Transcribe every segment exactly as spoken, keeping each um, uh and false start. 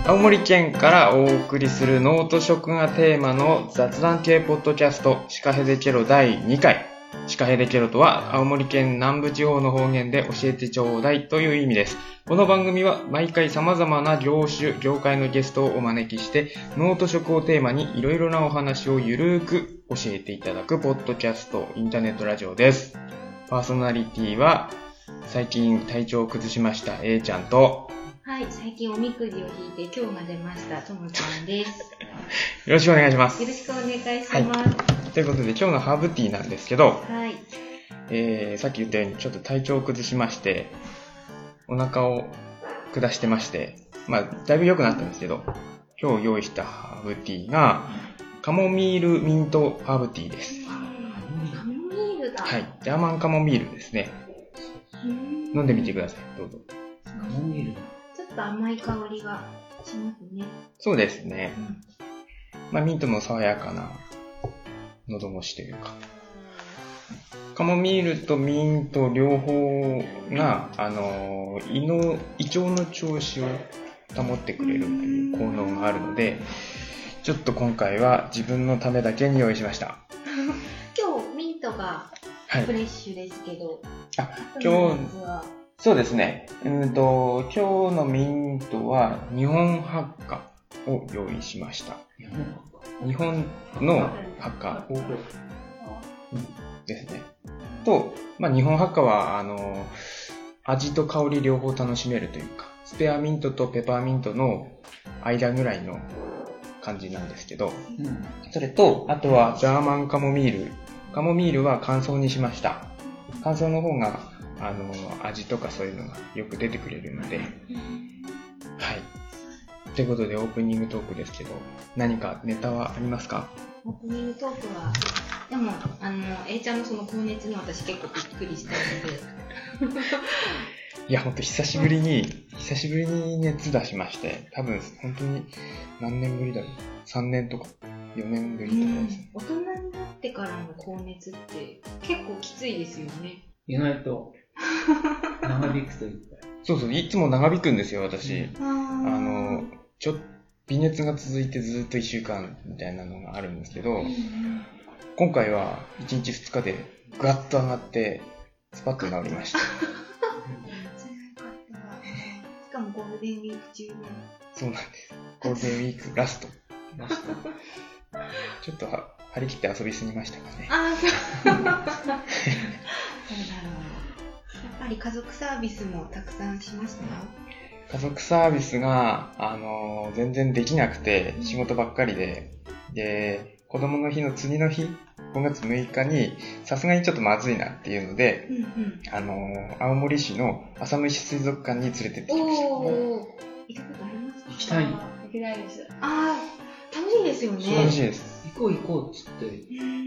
青森県からお送りするノート食がテーマの雑談系ポッドキャストシカヘデケロだいにかい。シカヘデケロとは青森県南部地方の方言で教えてちょうだいという意味です。この番組は毎回様々な業種、業界のゲストをお招きしてノート食をテーマにいろいろなお話をゆるーく教えていただくポッドキャスト、インターネットラジオです。パーソナリティは最近体調を崩しました A ちゃんと、 はい、最近おみくじを引いて今日が出ましたともちゃんです。 よろしくお願いします。 よろしくお願いします。 はい、ということで今日のハーブティーなんですけど、 はい、 えー、さっき言ったようにちょっと体調を崩しまして、お腹を下してまして、まあだいぶ良くなったんですけど、今日用意したハーブティーがカモミールミントハーブティーです。 カモミールだ。 はい、ジャーマンカモミールですね。飲んでみてください、どうぞ。 カモミールだ。 ちょっと甘い香りがしますね。 そうですね。 うん、 まあミントの爽やかな喉越しというか。カモミールとミント両方が、あの、胃の、胃腸の調子を保ってくれるという効能があるので、ちょっと今回は自分のためだけに用意しました。 今日ミントがフレッシュですけど、 はい、あ、今日はそうですね。うんと今日のミントは日本ハッカを用意しました。日本のハッカですね。と、まあ日本ハッカはあの味と香り両方楽しめるというか、スペアミントとペパーミントの間ぐらいの感じなんですけど、うん、それとあとはジャーマンカモミール。カモミールは乾燥にしました。乾燥の方があの味とかそういうのがよく出てくれるので、はい。ということでオープニングトークですけど、何かネタはありますか？ オープニングトークは、でもあの A ちゃんのその高熱に私結構びっくりしたので、 いや本当久しぶりに久しぶりに熱出しまして、多分本当に何年ぶりだろう、さんねんとかよねんぶりとかです、ね、 大人になってからの高熱って結構きついですよね。 意外と長引くというか。 そうそう、いつも長引くんですよ私。 うん、 あのちょっと微熱が続いてずっといっしゅうかんみたいなのがあるんですけど、うん、今回はいちにちふつかでガッと上がってスパッと治りました。 しかもゴールデンウィーク中で。 そうなんです。ゴールデンウィークラスト。ラストちょっとは張り切って遊びすぎましたかね。 ああ、そう。そうだろう。やっぱり家族サービスもたくさんしましたよ。 家族サービスが、あのー、全然できなくて、仕事ばっかりで、で、子供の日の次の日、ごがつむいかに、さすがにちょっとまずいなっていうので、うんうん、あのー、青森市の浅虫水族館に連れてってきました。 おー、行ったことありますか？ 行きたい。 行きたいです。あー、楽しいですよね。 楽しいです。 行こう行こうっつって、うん、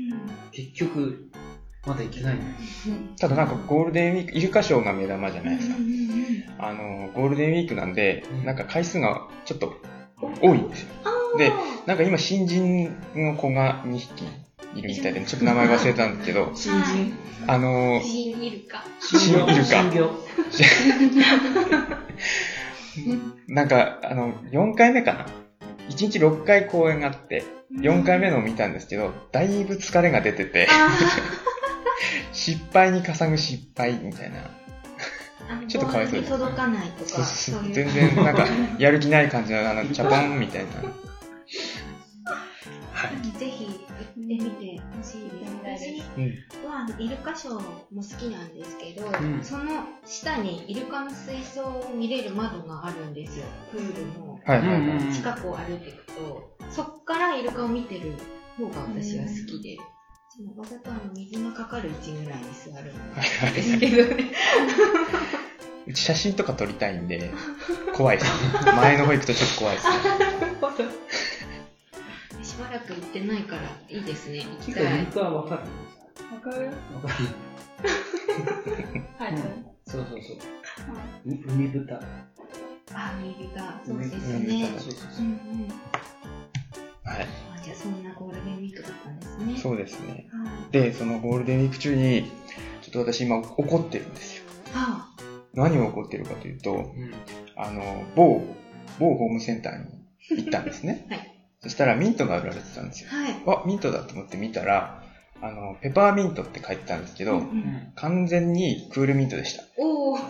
結局、まだ行けないね。 ただなんかゴールデンウィーク、イルカショーが目玉じゃないですか。うんうんうん、あの、ゴールデンウィークなんで、うん、なんか回数がちょっと多いんですよ。で、なんか今新人の子がにひきいるみたいで、ちょっと名前忘れたんですけど、 新人あの、 新イルカ。 新イルカ。 新業。 なんか、あの、よんかいめかないちにちろっかい公演があって、よんかいめのを見たんですけど、だいぶ疲れが出てて、失敗にかさぐ失敗みたいな。ちょっとかわいそうです。 届かないとか。 そうそう、全然なんか、やる気ない感じの、あの、チャポンみたいな。 はい。ぜひ行ってみてほしいです。私はイルカショーも好きなんですけど、うん、その下にイルカの水槽を見れる窓があるんですよ。プールの近くを歩いていくと、そっからイルカを見てる方が私は好きで、うん、わざとあの水のかかる位置ぐらいに座るんですけどね。 うち写真とか撮りたいんで怖いですね。前の方行くとちょっと怖いですね。 しばらく行ってないからいいですね。行きたい。 イルカはわかる？ わかる？わかる。はい。 そうそうそう。海豚。 あ、海豚。そうですね。 そうそうそう。 うんうん。はい。 あ、じゃあそんなゴールデンウィークだったんですね。 そうですね。はい、で、そのゴールデンウィーク中にちょっと私今怒ってるんですよ。はあ、何を怒ってるかというと、うん、 あの、某、某ホームセンターに行ったんですね。 はい。 そしたらミントが売られてたんですよ。 はい。 あ、ミントだと思って見たら、あの、ペパーミントって書いてたんですけど、うんうん、完全にクールミントでした。 おー。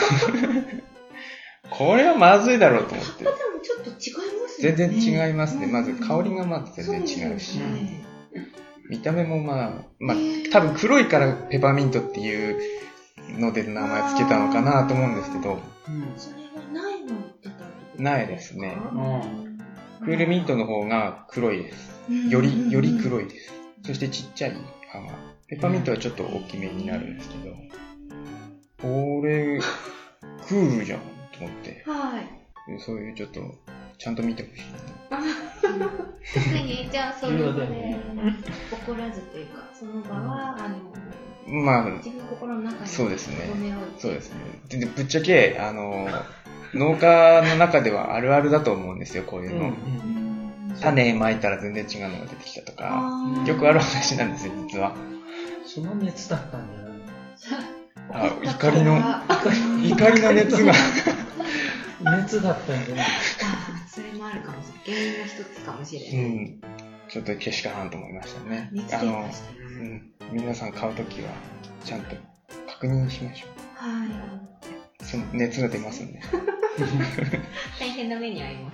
これはまずいだろうと思って。 葉っぱでもちょっと違いますね。 全然違いますね。まず香りがまず全然違うし。ね、見た目もまあ、まあ、多分黒いからペパーミントっていうので名前つけたのかなと思うんですけど。 うん、それは苗の出たん苗ですね。クールミントの方が黒いです。より、より黒いです。そしてちっちゃい葉が。ペパーミントはちょっと大きめになるんですけど。これ、クールじゃんと思って。 はい。 そういうちょっと、ちゃんと見てほしい。 特に、じゃあ、それで、怒らずというか、その場は、あの、まあ、自分の心の中にそうですね。そうですね。で、ぶっちゃけ、あの、農家の中ではあるあるだと思うんですよ、こういうの。うんうん、種まいたら全然違うのが出てきたとか、よくある話なんですよ、実は。 その熱だったんじゃないあ、怒りの、怒りの熱が。 熱だったんじゃない。 あ、それもあるかもしれない。原因の一つかもしれない。うん。 ちょっとけしからんと思いましたね。あの、うん、皆さん買うときは、ちゃんと確認しましょう。はい。その熱が出ますんで。 大変な目に遭います。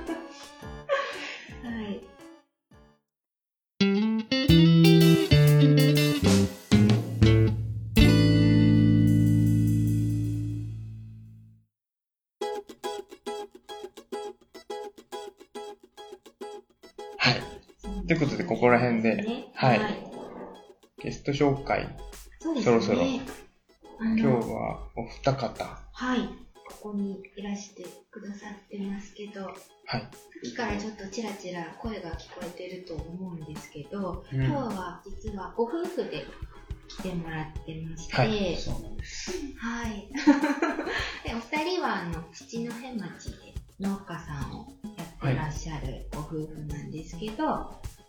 はい。 ということで、ここら辺で、ね、はい、はい。ゲスト紹介、そ, ね、そろそろ、今日はお二方。 はい。ここにいらしてくださってますけど、はい。さっきからちょっとちらちら声が聞こえてると思うんですけど、うん、今日は実はご夫婦で来てもらってまして、はい。そうなんです。はい。で、お二人は、あの、七戸町で農家さんをやってらっしゃるご夫婦なんですけど、はい、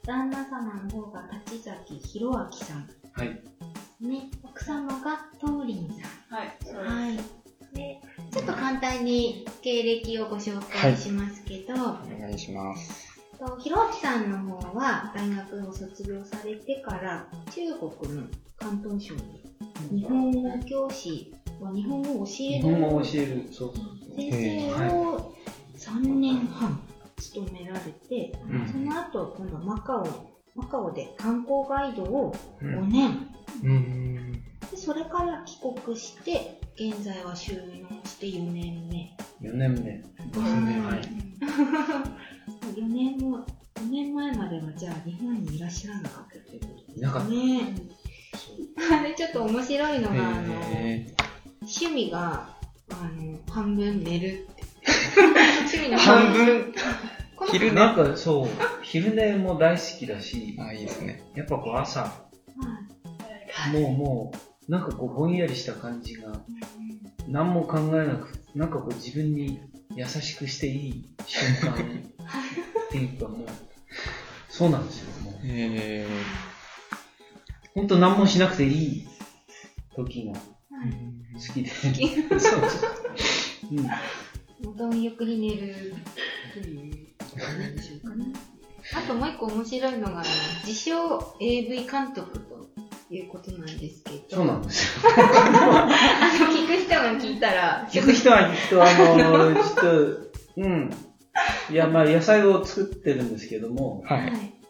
旦那様の方が立崎弘明さん。はい。ね、奥様が東林さん。はい。はい。で、ちょっと簡単に経歴をご紹介しますけど、 はい、お願いします。 と弘明さんの方は大学を卒業されてから中国の広東省に日本語教師は日本語を教える日本語を教えるそう先生をさんねんはん務められて、うん、その後今度はマカオマカオで観光ガイドをごねん、うん、でそれから帰国して現在は就農してよねんめよねんめですね、はいよねんもよねんまえまではじゃあ日本にいらっしゃらなかったということですね。なかったね。でちょっと面白いのがあの趣味があの半分寝るって趣味の半分昼寝なんかそう昼寝も大好きだしあいいですね。 やっぱこう朝、はい、もうもうなんかこうぼんやりした感じが、うん、何も考えなくなんかこう自分に優しくしていい瞬間っていうかもうそうなんですよ。もうへー本当何もしなくていい時が好きで、好きそうそう、 うん、貪欲に寝るという何でしょうかね。あともう一個面白いのが自称 エーブイ 監督ということなんですけど。 そうなんですよ。あの聞く人が聞いたら聞く人はきっとあのちょっとうんいやまあ野菜を作ってるんですけども、はい、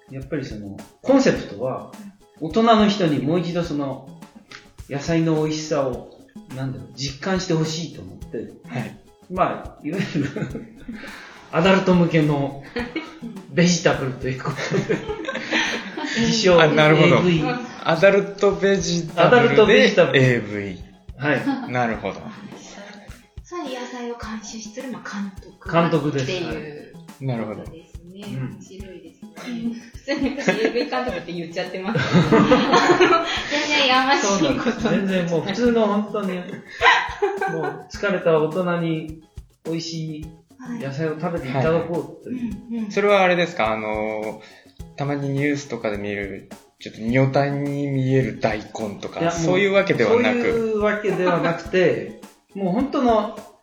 やっぱりそのコンセプトは大人の人にもう一度その野菜の美味しさをなんだろう実感してほしいと思って、はい、まあいわゆるアダルト向けのベジタブルということで自称 エーブイアダルトベジタブルで エーブイ はいなるほど。 そういう野菜を監修するの監督監督ですっていうなるほどですね。面白いですね。普通に私 エーブイ 監督って言っちゃってます。全然やましいこと。 全然もう普通の本当にもう疲れた大人に美味しい野菜を食べていただこうという。 はいはい、それはあれですかあのたまにニュースとかで見るちょっと女体に見える大根とかそういうわけではなく。 そういうわけではなくて。もう本当の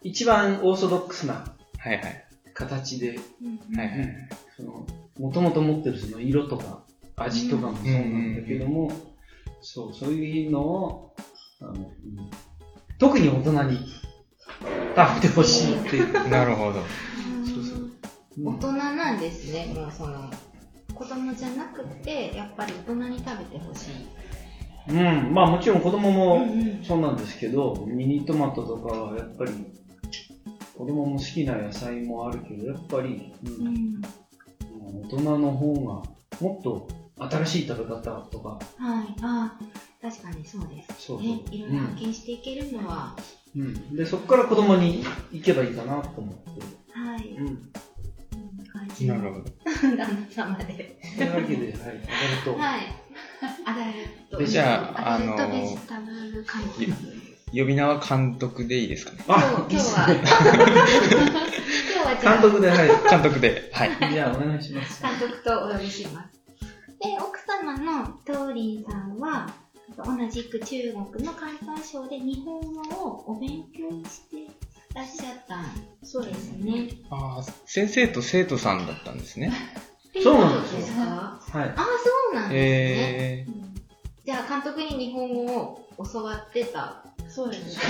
一番オーソドックスなはいはい。 形で、 はいはい。 その、もともと持ってるその色とか味とかもそうなんだけども、そう、そういうのを、あの、うん、特に大人に食べてほしいっていう。 なるほど。 そうそう。大人なんですね、もうその、子供じゃなくて、やっぱり大人に食べてほしい。 うん、まあもちろん子供もそうなんですけど、うんうん、ミニトマトとかはやっぱり、子供も好きな野菜もあるけど、やっぱり、うんうん、大人の方がもっと新しい食べ方とか。 はい、ああ、確かにそうです。そうそう、ね、いろいろ発見していけるのは。 うん。うん、で、そこから子供に行けばいいかなと思って。 はい。うん。 なるほど。 旦那様で。 というわけで、はい、アダルト。 はい。アダルト。 で、じゃあ、あのー、 ベジタブル監督。 呼び名は監督でいいですかね。 あ、今日は。今日はじゃあ。 監督で、はい。 監督で、はい。 じゃあ、お願いします。 監督とお呼びします。で、奥様のトーリンさんは、同じく中国の広東省で日本語をお勉強してらっしゃったそうですね。 ああ、先生と生徒さんだったんですね。 そうなんですか。 はい。ああ、そうなんですね。 えー、 じゃあ監督に日本語を教わってた。そうですね。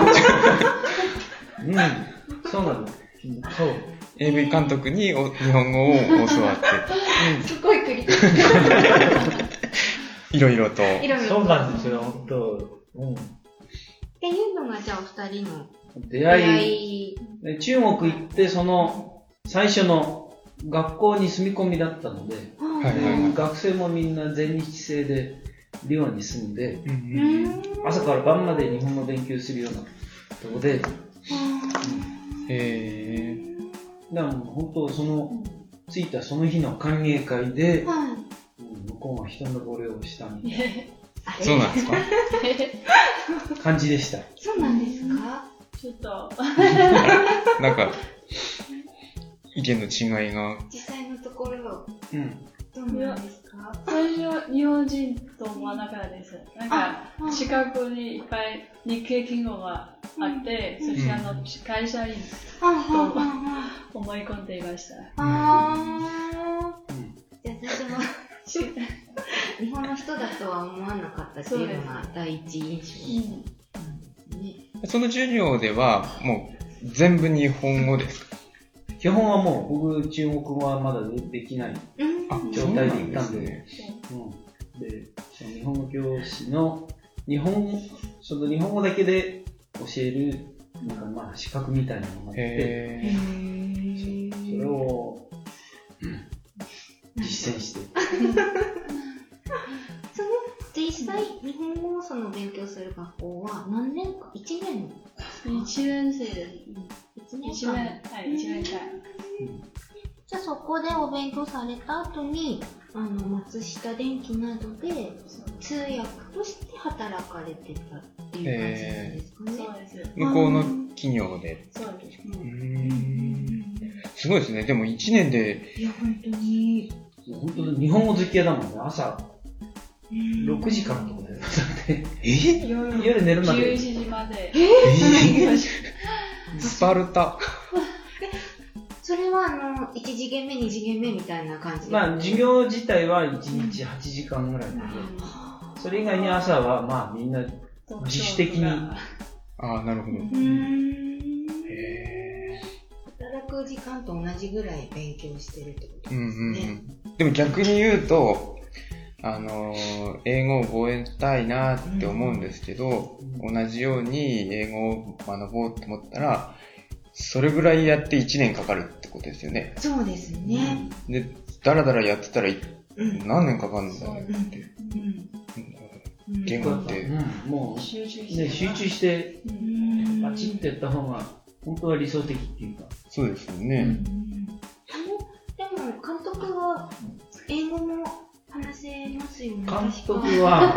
うん、そうなんです。そう。 エーブイ 監督にお日本語を教わって。 うん、すごいクリティック。 いろいろと。 いろいろと。 そうなんですよ、本当。うん。 っていうのがじゃあお二人の出会い。で中国行ってその最初の学校に住み込みだったので、はいはいはい、学生もみんな全日制でリオに住んで、うん、朝から晩まで日本語勉強するようなとこで、うん、 へー。だからもう本当その着いたその日の歓迎会で、はい、向こうが一目惚れをしたみたいな。 そうなんですか感じでした。 そうなんですか？ ちょっとなんか意見の違いが実際のところは、うん、どうなんですか？ 最初日本人と思わなかったです。なんか近くにいっぱい日系企業があって、うん、そしてあの会社員と思い込んでいました。ああ、じゃあ最初の日本の人だとは思わなかったっていうのが第一印象なんですね。 その授業ではもう全部日本語ですか？ 基本はもう僕中国語はまだできない状態で行ったんで、でその日本語教師の日本その日本語だけで教えるなんかまあ資格みたいなのがあって、そ, それを、うん、実践して。 その実際日本語をその勉強する学校は何年かいちねん一年生です。 一年間。 はい、一年間。 じゃあそこでお勉強された後に、あの松下電器などで通訳として働かれてたっていう感じなんですかね。 そうです。 向こうの企業で。 そうです。うーん。すごいですね。でもいちねんで。 いや本当に。 本当に日本語好き屋だもんね。朝ろくじからとかで。え？夜寝るまで。 じゅういちじまで。 えー、スパルタ。 それはあのいち次元目に次元目みたいな感じで。 まあ授業自体はいちにちはちじかんぐらいで、うん、それ以外に朝はまあみんな自主的に。 ああ、なるほど。うーん。へー。働く時間と同じぐらい勉強してるってことですね。うんうんうん、 でも逆に言うと、あのー、英語を覚えたいなって思うんですけど、うん、同じように英語を学ぼうと思ったら、それぐらいやっていちねんかかるってことですよね。 そうですね。 で、だらだらやってたら、うん、何年かかるんだよって。うんうん、言語って。 うん、もう集中して、ね、集中してバチッとやった方が本当は理想的っていうか。 そうですよね。うん、 でも監督は英語も話せますよね。 監督は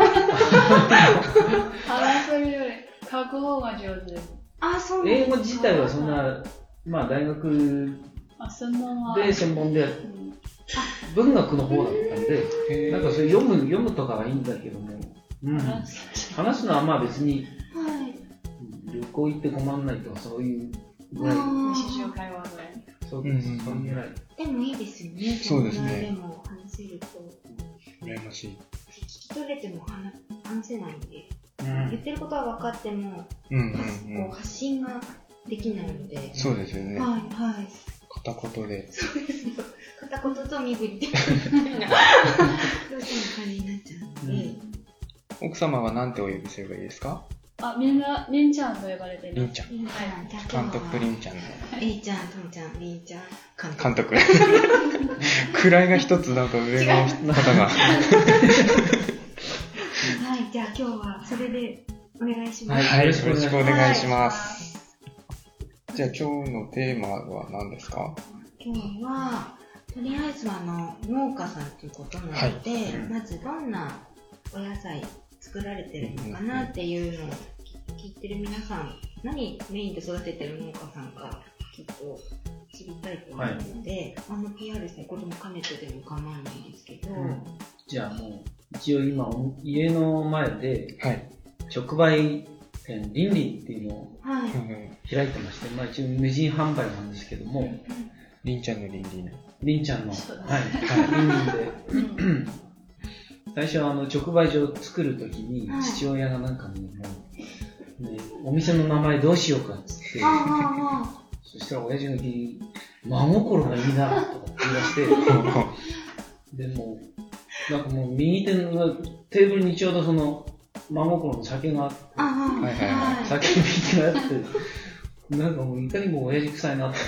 話せるより書く方が上手です。 あ、そうなんですか。 英語自体はそんな、まあ大学で専門で、文学の方だったんで、なんかそれ読む、読むとかはいいんだけども、うん、話すのはまあ別に、はい、旅行行って困んないとかそういうぐらい。 日常会話ぐらい。 そうです。そのぐらい。 でもいいですよね。 そうですね。 でも話せると。 羨ましい。 聞き取れても話せないんで、うん、言ってることは分かっても、うんうんうん、こう発信ができないので。 そうですよね。 はいはい。 片言で。 そうですよ。片言と身振りで。どうしても感じになっちゃうので、うん。 奥様は何てお呼びすればいいですか？ あ、みんな、りんちゃんと呼ばれてる。 りんちゃん。 りんちゃん。 監督りんちゃん。 りんちゃん、ともちゃん、りんちゃん、 監督。位が一つなんか上の方が。はい、 じゃあ今日はそれでお願いします。 はい、よろしくお願いします。じゃあ今日のテーマは何ですか？ 今日は、とりあえずあの、農家さんということなので、はい、まずどんなお野菜作られてるのかなっていうのを聞いてる皆さん、何メインで育ててる農家さんかきっと知りたいと思うので、はい、あの ピーアール したいことも兼ねてでも構わないんですけど、うん、 じゃあもう一応今家の前で直売店リンリンっていうのを開いてまして、まあ一応無人販売なんですけども、 りんちゃんのリンリンりんちゃんの、はい、はい、リンリンで最初はあの直売所を作るときに父親がなんかね、もうね、お店の名前どうしようかっつって、そしたら親父の日、真心がいいなとかって言い出して、でもなんかもう右手のテーブルにちょうどその真心の酒があって、酒の瓶があって、なんかもういかにも親父臭いなって。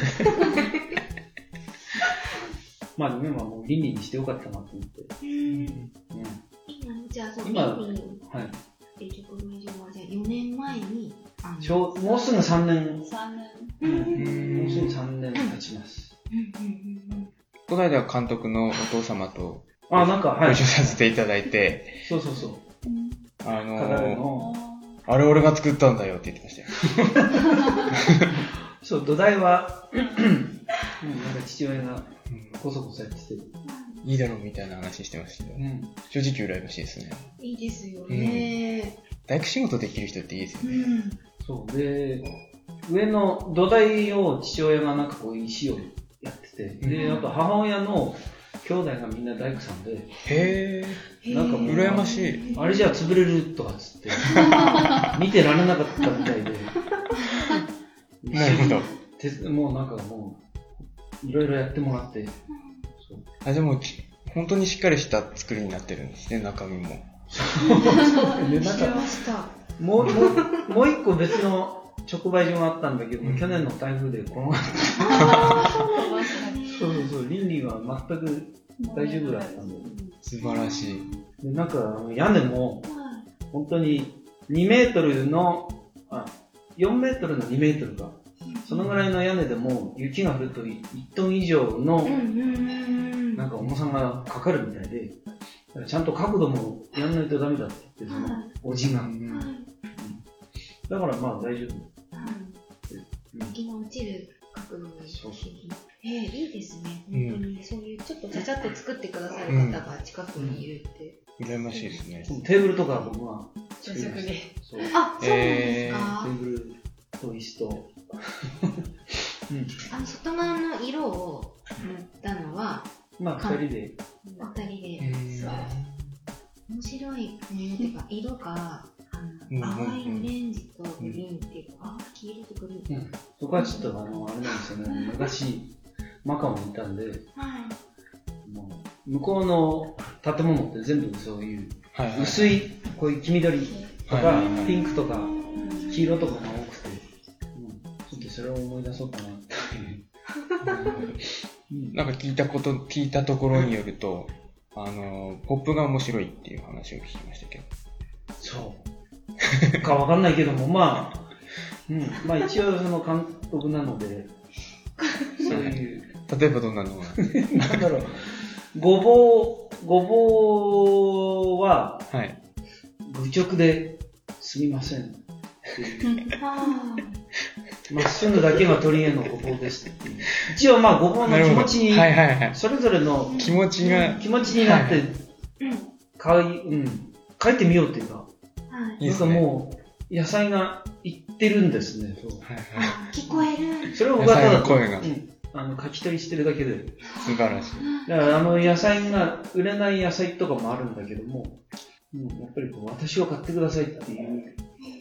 まあ今はもう倫理にしてよかったなと思って。うん。うん、今じゃあその倫理で直売所はじゃあよねんまえにあのもうすぐさんねん。 さんねん。うん。もうすぐさんねん経ちます。 この間は監督のお父様とあなんかご一緒させていただいて、 そうそうそう。 あのー、あれ俺が作ったんだよって言ってましたよ。 そう、土台は、うん、なんか父親がこそこそやってて、 いいだろうみたいな話してましたけど、うん、正直羨ましいですね。 いいですよね、 うん。大工仕事できる人っていいですよね。うん、 そうで、上の土台を父親がなんかこう石をやってて、で、うん、あと母親の兄弟がみんな大工さんで、 へー、なんか羨ましい。 あれじゃあ潰れるとかっつって、見てられなかったみたいで。 なるほど。 もうなんかもう、いろいろやってもらって。 そうあ、でも、本当にしっかりした作りになってるんですね、中身も。 そうで、なんか、もう、もう、もう一個別の直売所があったんだけど、うん、去年の台風で転がって。そうそうそう、倫理は全く大丈夫だったんで。 素晴らしい。 で、なんか、屋根も、本当ににメートルの、あ、よんメートルのにメートルか。そのぐらいの屋根でも雪が降るといちトン以上のなんか重さがかかるみたいで、ちゃんと角度もやんないとダメだって言って、そのおじが、うん、だからまあ大丈夫。 雪が落ちる角度に。そうそう。えー、いいですね。本当にそういうちょっとちゃちゃっと作ってくださる方が近くにいるって。 羨ましいですね。 テーブルとか僕は作りました。 そうあ、そうなんですか。 テーブルと椅子と。 うん、あの外側の色を塗ったのは、 まあ二人で。 二人で。そう。面白いものっていうか色があの淡いオレンジとグリーンっていうか、あ、黄色とグリーン。うん。 そこはちょっとあのあれなんですよね。昔マカオにいたんで、はい。もう向こうの建物って全部そういう薄いこういう黄緑とかピンクとか黄色とかが多くて、ちょっとそれを思い出そうかなってなんか聞いたこと聞いたところによると、あのポップが面白いっていう話を聞きましたけど。 そうかわかんないけども、まあ、うん、まあ一応その監督なので、そういう例えばどんなのがなんだろう。ごぼう、ごぼうは、はい。愚直ですみません。まっすぐだけが取り柄のごぼうですっていう。一応まあごぼうの気持ちに、はいはいはい、それぞれの気持ちが、 気持ちになって、はい、書い、うん、書いてみようっていうか、はい、なんかもう、 野菜がいってるんですね。そう。 はいはい、聞こえる。 それを僕はただ声が、うん、あの書き取りしてるだけで。 素晴らしい。 だからあの野菜が売れない野菜とかもあるんだけども、うん、やっぱりこう私を買ってくださいっていう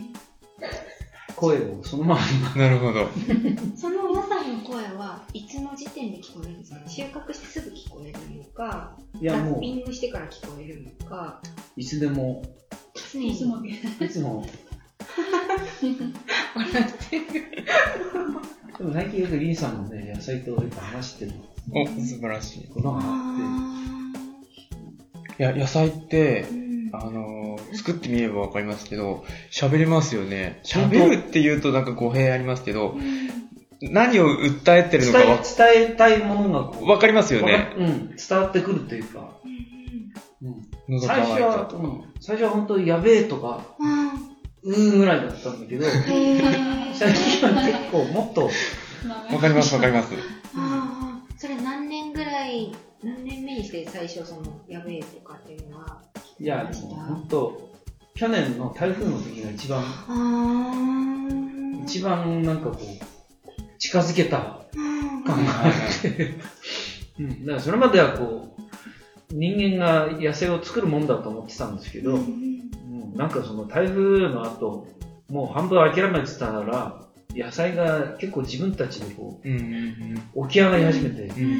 声をそのまま。 なるほど。 そのお野菜の声はいつの時点で聞こえるんですか？収穫してすぐ聞こえるのか、いやもうラッピングしてから聞こえるのか。 いつでも。 常にいつも。 いつも。 笑ってる。 でも最近よくリンさんもね、野菜とよく話してる。 お、素晴らしい。 ことがあって。いや、野菜って、うん、あのー、作ってみればわかりますけど、喋れますよね。喋るって言うとなんか語弊ありますけど、うん、何を訴えてるのか伝え、伝えたいものがわかりますよね。 うん。伝わってくるというか。うん、最初は、うん、最初は本当にやべえとか、うーんぐらいだったんだけど、最近は結構もっと。 わかりますわかります。 ああ、それ何年ぐらい、何年目にして最初そのやべえとかっていうのは。 いや、でも本当、去年の台風の時が一番、一番なんかこう、近づけた感があって、うん、だからそれまではこう、人間が野生を作るもんだと思ってたんですけど、うん、なんかその台風の後、もう半分諦めてたなら、野菜が結構自分たちでこう、うんうんうん、起き上がり始めて、うんうんうん、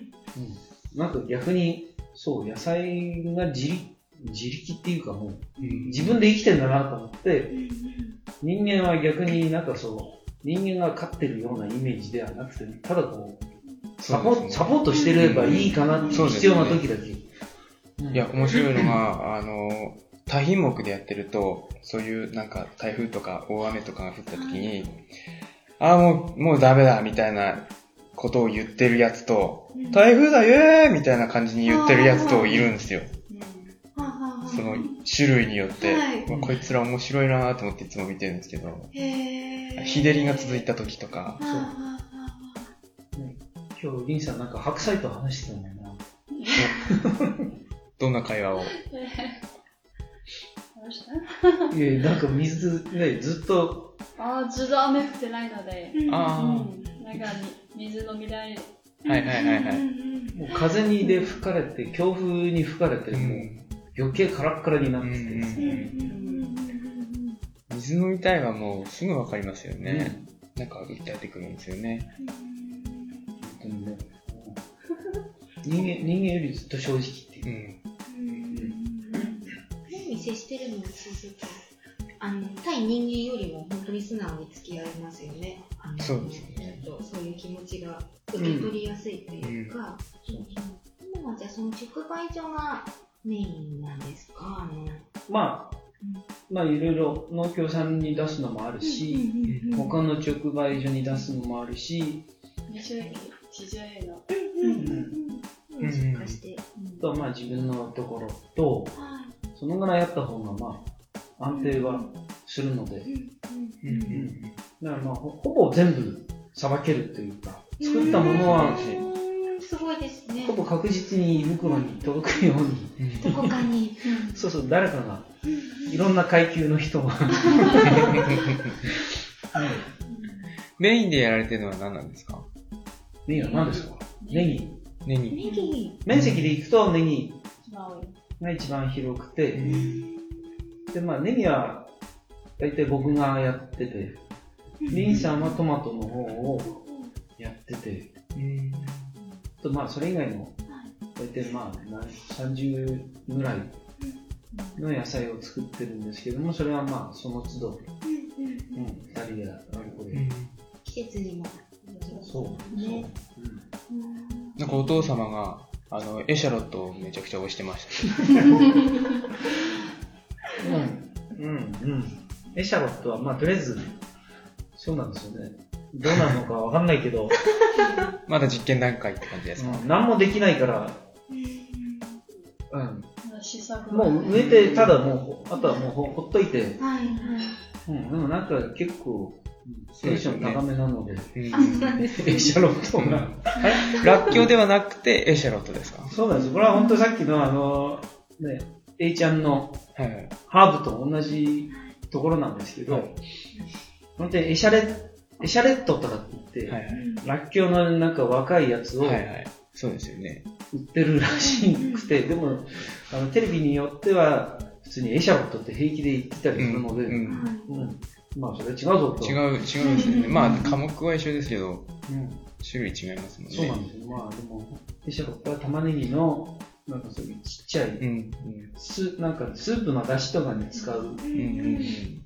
なんか逆に、そう、野菜が自力、自力っていうかもう、うん、自分で生きてんだなと思って、うんうん、人間は逆になんかそう、人間が飼ってるようなイメージではなくて、ただこう、サポ、ね、サポートしてればいいかなって必要な時だけ。 いや、面白いのが、あの、多品目でやってると、そういうなんか台風とか大雨とかが降った時に、ああ、もう、もうダメだ、みたいなことを言ってるやつと、台風だ、イエーイみたいな感じに言ってるやつといるんですよ。その種類によって、まあ、こいつら面白いなと思っていつも見てるんですけど、日照りが続いた時とか、 今日、リンさんなんか白菜と話してたんだよな。 どんな会話をいや、なんか水ね、ずっと。 ああ、ずっと雨降ってないので。 ああ、うんうん。なんか、水飲みたい。 はいはいはいはい。 もう風にで吹かれて、強風に吹かれて、もう余計カラッカラになってて。 水飲みたいはもうすぐわかりますよね。うん、なんか訴えてくるんですよね。 本当にね。人間、人間よりずっと正直っていう。うん接してるのに続くあの対人間よりも本当に素直に付き合いますよね。あのそうですね。 とそういう気持ちが受け取りやすいというか、うんうん、今はじゃあその直売所がメインなんですか？あのまあ、うん、まあいろいろ農協さんに出すのもあるし、うんうんうん、他の直売所に出すのもあるし、 二種類地上への、 うんうんうん、出荷して、 とまあ自分のところと。そのぐらいやった方がまあ安定はするので、うんうん、だからまあ ほ, ほぼ全部さばけるというか、作ったものはすごいですね。 ほぼ確実に胃袋に届くように、 どこかに、 うん、そうそう誰かがいろんな階級の人がメインでやられてるのは何なんですか？ メインは何ですか？ネギ。 ネギ。 ネギ。 面積でいくとネギが一番広くて、うん、でまあネギは大体僕がやってて、リンさんはトマトの方をやってて、うん、とまあそれ以外の大体まあさんじゅうぐらいの野菜を作ってるんですけども、それはまあその都度、うん、ふたりであるこれ、うん、 季節にもそうね、 うん、なんかお父様があのエシャロットをめちゃくちゃ推してました。 うんうんうん。エシャロットはまあとりあえずそうなんですよね。どうなるのかわかんないけど、 まだ実験段階って感じですか？ うん、何もできないから、うん。もう植えてただもうあとはもう ほ, ほっといて、はいはい。うん、でもなんか結構。テンション高めなので、でね、エシャロットが。 らっきょうではなくてエシャロットですか？ そうなんです。これは本当さっきのあの、ね、A ちゃんのハーブと同じところなんですけど、はい、本当にエシャレ、エシャレットとかって言って、はいはい、らっきょうのなんか若いやつを、はいはい、 そうですよね。 売ってるらしくて、でも、あの、テレビによっては、普通にエシャロットって平気で言ってたりするので、うんうんうん、まあそれ違うぞと。 違う、違うんですよね。まあ科目は一緒ですけど、うん、種類違いますもんね。 そうなんですよ。まあでも、エシャロットは玉ねぎの、なんかそういうちっちゃい、うんうん、スなんかスープの出汁とかに使う、うんうんうん、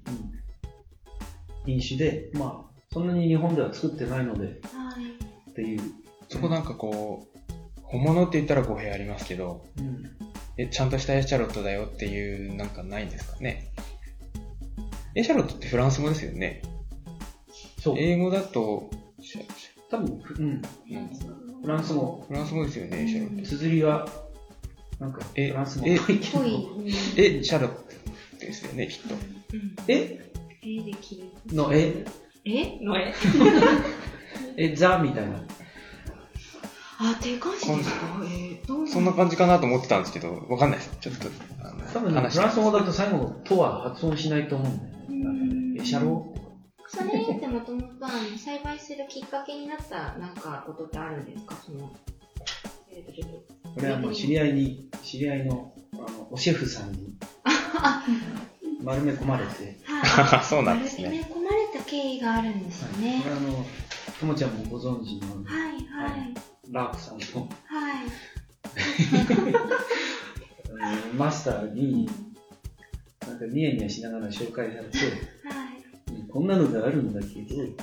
品種で、まあそんなに日本では作ってないので、はい、っていう。 そこなんかこう、本物って言ったら語弊ありますけど、うん、え、ちゃんとしたエシャロットだよっていうなんかないんですかね。エシャロットってフランス語ですよね。そう。英語だと、 多分、うん。フランス語。 フランス語ですよね、エシャロット。 綴りは、なんか、フランス語っぽいけど。 え、シャロットですよね、きっと。 ええできる。 のええのええ、ザみたいな。 あ、っていう感じですか？えー、どうそんな感じかなと思ってたんですけど、わかんないです。ちょっと、 あの、多分ね、フランス語だと最後のとは発音しないと思うんだよね。エシャロそれってもともと栽培するきっかけになったなんかことってあるんですか？その、えーと、ちょっと。 これはもう知り合いに、知り合いの、あの、シェフさんに、丸め込まれて。 はい。そうなんですね。 丸め込まれた経緯があるんですね。 これあの、ともちゃんもご存知の、 はいはい。 ラークさんの、 はい、 マスターになんかニヤニヤしながら紹介されて、はい、こんなのがあるんだけど最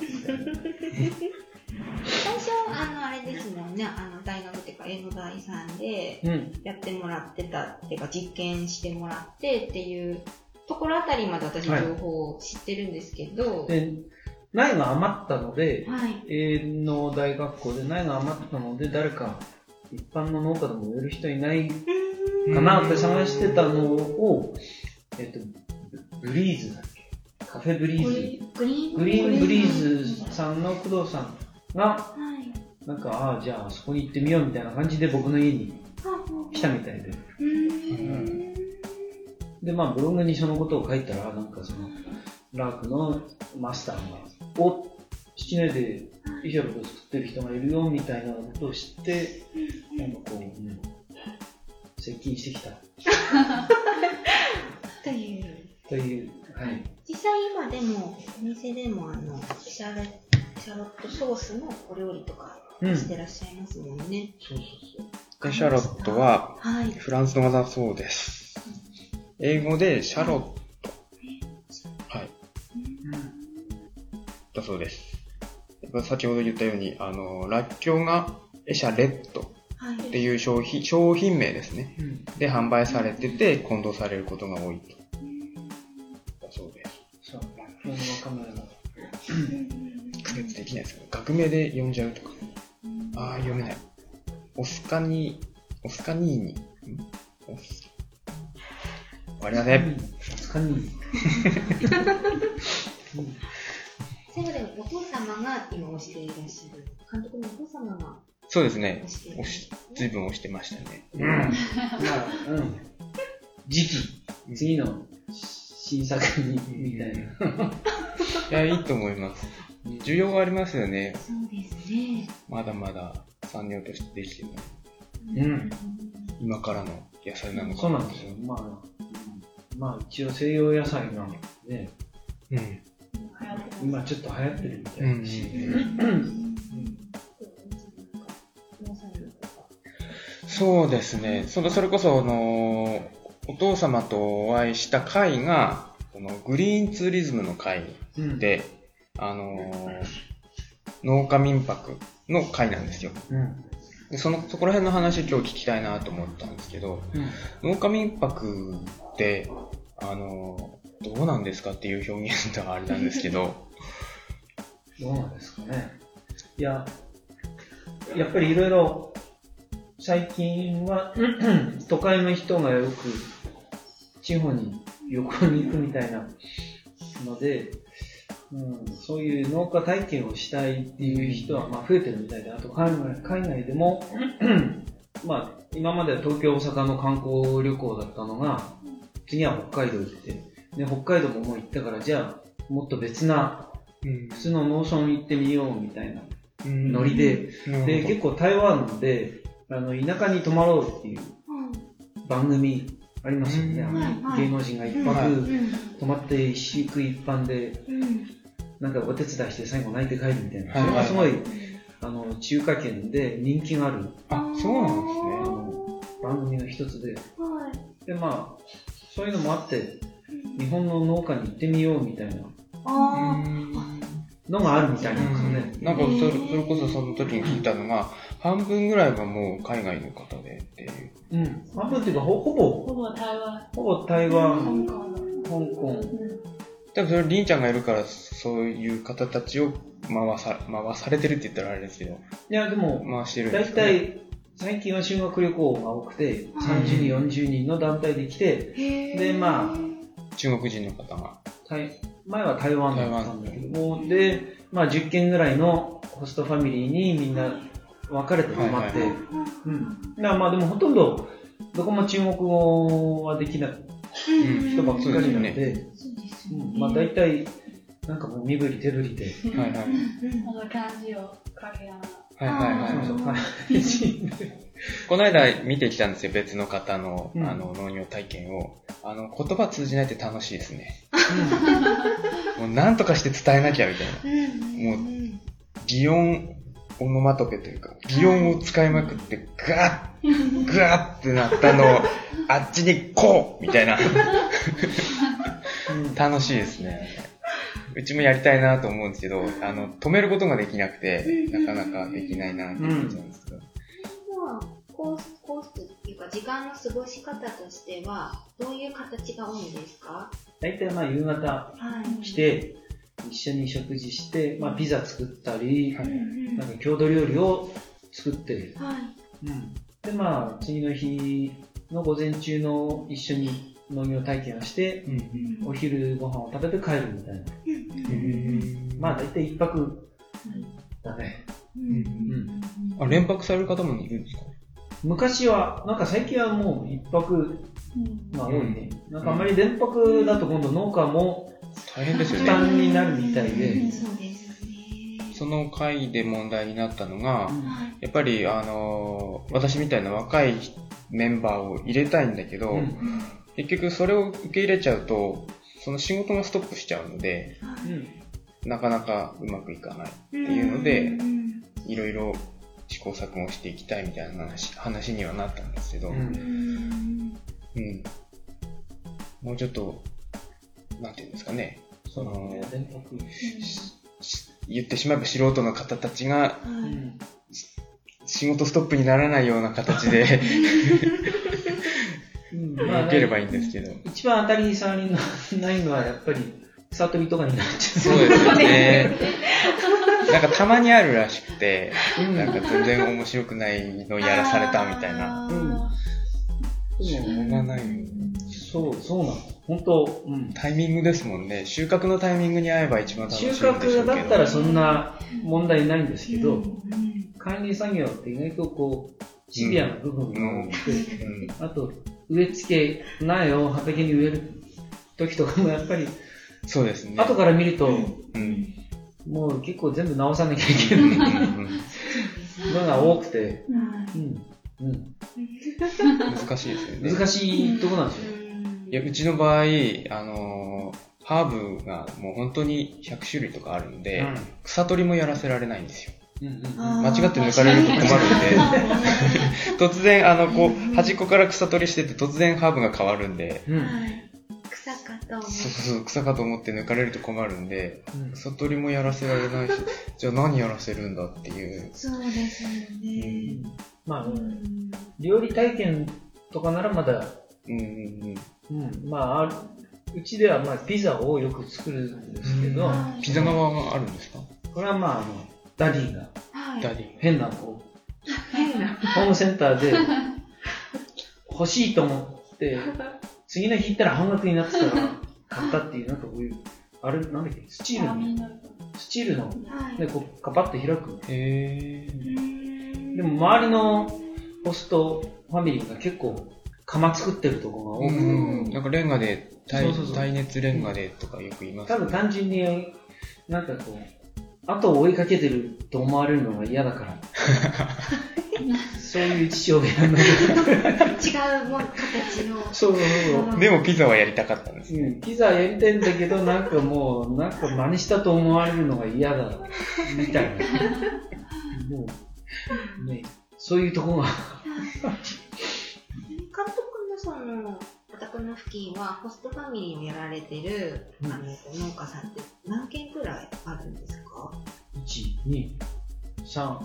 初あのあれですもんね、あの大学っていうか英語大さんでやってもらってたっていうか実験してもらってっていうところあたりまで私情報を知ってるんですけど、 はい、で苗が余ったので、はい、永遠の大学校で苗が余ったので、誰か一般の農家でも植える人いないかなって探してたのを、えっと、ブリーズだっけ？カフェブリーズ。 グリーングリーンブリーズさんの工藤さんが、はい、なんか、ああ、じゃあそこに行ってみようみたいな感じで僕の家に来たみたいで。うん、で、まあブログにそのことを書いたら、なんかその、ラークのマスターが、お、七年でエシャロット作ってる人がいるよみたいなことを知って、なんかこう、うん、接近してきた。 という。 という、はい。 実際今でも、お店でもあの、シャロ、シャロットソースのお料理とかしてらっしゃいますもんね。うん、 そうそうそう。 エシャロットは、フランス語だそうです。英語でシャロット。はい。だそうです。先ほど言ったように、あの、らっきょうがエシャレットっていう商品、商品名ですね。うん、で、販売されてて、混同されることが多いと。だそうです。そう、らっきょうの若者が。区別できないですけど、学名で呼んじゃうとか。ああ、読めない。オスカニー、オスカニーニ。オスわかりません。 オスカニーニ。 最後でもお父様が今推していらっしゃる。監督のお父様が。 そうですね。推し、随分推してましたね。 うん。まあ、うん。次期、次の新作に、みたいな。いや、いいと思います。需要がありますよね。 そうですね。 まだまだ産業としてできてない。うん。今からの野菜なのか。 そうなんですよ。まあ、まあ一応西洋野菜なので、うん。今ちょっと流行ってるみたいだし、 そうですね。それそれこそあのお父様とお会いした会がこのグリーンツーリズムの会で、うん、あの農家民泊の会なんですよ。うん、でそのそこら辺の話今日聞きたいなと思ったんですけど、うん、農家民泊ってあのどうなんですかっていう表現があれなんですけど。 どうなんですかね。いや、やっぱりいろいろ、最近は、都会の人がよく、地方に旅行に行くみたいなので、うん、そういう農家体験をしたいっていう人は、まあ、増えてるみたいで、あと海外、海外でも、まあ、今までは東京、大阪の観光旅行だったのが、次は北海道行って、 で、北海道ももう行ったから、じゃあ、もっと別な、うん、普通の農村行ってみようみたいなノリで、うん、で、結構台湾で、あの、田舎に泊まろうっていう番組ありますよね。うん、芸能人が一泊、うん、泊まって一宿一般で、うん、なんかお手伝いして最後泣いて帰るみたいな。それがすごい、あの、中華圏で人気がある。 あ、そうなんですね。 番組の一つで。で、まあ、そういうのもあって、日本の農家に行ってみようみたいなのがあるみたいなんですよね。 なんかそれ、それこそその時に聞いたのが、半分ぐらいはもう海外の方でっていう。 うん。半分っていうか、ほほぼ、 ほぼ台湾。 ほぼ台湾、香港。 多分それ、りんちゃんがいるから、そういう方たちを回さ、回されてるって言ったらあれですけど。 いや、でも、 回してるんですかね。 大体、最近は修学旅行が多くて、さんじゅうにん、よんじゅうにんの団体で来て、で、まあ、 中国人の方が。 前は台湾だったんだけども、で、まあじゅっけんぐらいのホストファミリーにみんな分かれて泊まって、うん。まあでもほとんど、どこも中国語はできない人ばっかりなので、まあ大体、なんかもう身振り手振りで。はいはい。 あの漢字を書きながら。 はいはいはい。そうそうこの間見てきたんですよ、別の方の、うん、あの農業体験を。あの、言葉通じないって楽しいですね。もう何とかして伝えなきゃみたいな。もう、擬音、オノマトペというか、擬音を使いまくって、ガッ、ガッってなったのを、あっちにこうみたいな。楽しいですね。うちもやりたいなと思うんですけど、あの、止めることができなくて、なかなかできないなって思っちゃうんですけど。 コース、コースっていうか、時間の過ごし方としては、どういう形が多いんですか？ 大体まあ夕方来て、はい、一緒に食事して、まあピザ作ったり、はい、なんか郷土料理を作って、はいうん、でまあ次の日の午前中の一緒に農業体験をして、うん、お昼ご飯を食べて帰るみたいな。うん、まあ大体一泊だね。うんうん、あ、連泊される方もいるんですか？ 昔は、なんか最近はもう一泊が多いね。うん、なんかあんまり連泊だと今度農家も大変ですよね。 負担になるみたいで。 うん、そうですね。 その回で問題になったのが、うん、やっぱりあのー、私みたいな若いメンバーを入れたいんだけど、うん、結局それを受け入れちゃうと、その仕事がストップしちゃうので、うん、なかなかうまくいかないっていうので、いろいろ試行錯誤していきたいみたいな話、話にはなったんですけど、うん。うん、もうちょっと、なんていうんですかね、その、ね、言ってしまえば素人の方たちが、うん、仕事ストップにならないような形で、動ければいいんですけど。 一番当たり障りのないのはやっぱり、草取りとかになっちゃう。 そうですよね。なんかたまにあるらしくて、うん、なんか全然面白くないのやらされたみたいな。うん。しょうがないよね。 そう、そうなの。本当、 うん。タイミングですもんね。収穫のタイミングに合えば一番楽しいんでしょうけど。 収穫だったらそんな問題ないんですけど、うん、管理作業って意外とこう、シビアな部分が多くて、うんうん、あと、植え付け、苗を畑に植える時とかもやっぱり、 そうですね。 後から見ると、うん、もう結構全部直さなきゃいけないのが多くて、うんうん、 難しいですよね。 難しいとこなんですよ。 いや、うちの場合、あのー、ハーブがもう本当にひゃくしゅるいとかあるんで、うん、草取りもやらせられないんですよ。うんうん、間違って抜かれると困るんで、突然、あの、こう、端っこから草取りしてて突然ハーブが変わるんで、うん草かと思って。 そうそう、草かと思って抜かれると困るんで、うん、草取りもやらせられないし、じゃあ何やらせるんだっていう。 そうですよね。 うん、まあ、うん、料理体験とかならまだ、うんうんうん、まあ、うちではまあピザをよく作るんですけど、 ピザ窯があるんですか？ これはまあ、あの、ダディが、 はい、ダディ変なこう、変なホームセンターで欲しいと思って、次の日行ったら半額になってたら買ったっていう、なんかこういう、あれ、なんだっけ、スチールの、スチールの、で、こう、カパッと開く。へー。でも周りのホストファミリーが結構窯作ってるところが多くて、 うん、なんかレンガで、耐, 耐熱レンガでとかよく言います、ね、 多分単純に、なんかこう、後を追いかけてると思われるのが嫌だから。そういう父親の。違うもん、形の。 そうそうそう。 でもピザはやりたかったんです、ね。 うん。ピザやりたいんだけど、なんかもう、なんか真似したと思われるのが嫌だ、みたいな。もう、ね、そういうとこが。 監督のその、お宅の付近は、ホストファミリーをやられてる、うん、あの農家さんって何軒くらいあるんですか？ いち、に、さん、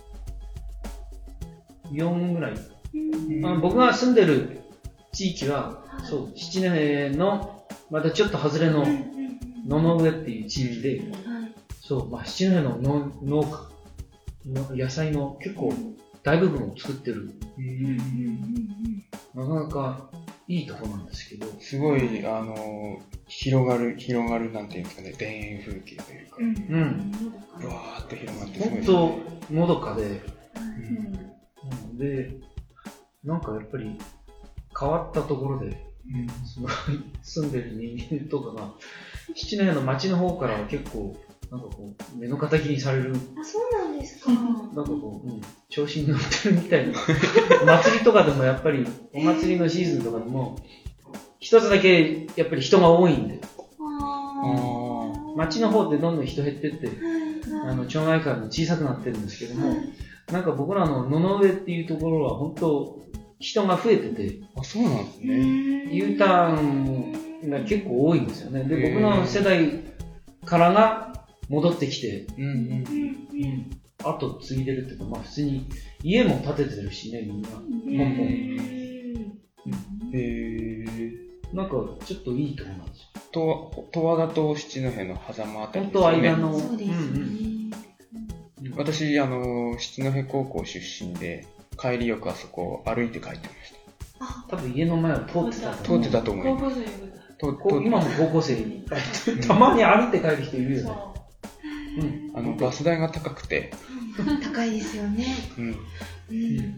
よんぐらい。あの僕が住んでる地域は、はい、そう、七戸の、またちょっと外れの野々上っていう地域で、はい、そう、まあ、七戸の農農家の野菜の結構大部分を作ってる。なかなかいいとこなんですけど。 すごい、あの、広がる、広がるなんていうんですかね、田園風景というか。うん。ぶわーっと広がってすごい。 ほんと、のどかで、うん、で、なんかやっぱり変わったところで、うん、その住んでる人間とかが、七戸の町の方からは結構、なんかこう、目の敵にされる。 あ、そうなんですか。なんかこう、うん、調子に乗ってるみたいな。祭りとかでもやっぱり、お祭りのシーズンとかでも、一つだけやっぱり人が多いんで。あ町の方ってどんどん人減ってって、あの、町内会も小さくなってるんですけども、なんか僕らの野々上っていうところは本当、人が増えてて。 あ、そうなんですね。 U ターンが結構多いんですよね。で、僕の世代からが戻ってきて、うんうんうん、あと継いでるっていうか、まあ普通に家も建ててるしね、みんな。ポンポン。へー。なんかちょっといいとこなんですよ。 と、十和田と七戸の狭間あたりですね。本当間の。 そうですね。 うんうん、私、あの、七戸高校出身で、帰りよくあそこ歩いて帰ってました。 あ、多分家の前を通ってたと思う。通ってたと思います。 今も高校生いっぱい。たまに歩いて帰る人いるよね。 うん、あのバス代が高くて、 高いですよね。 うんうん、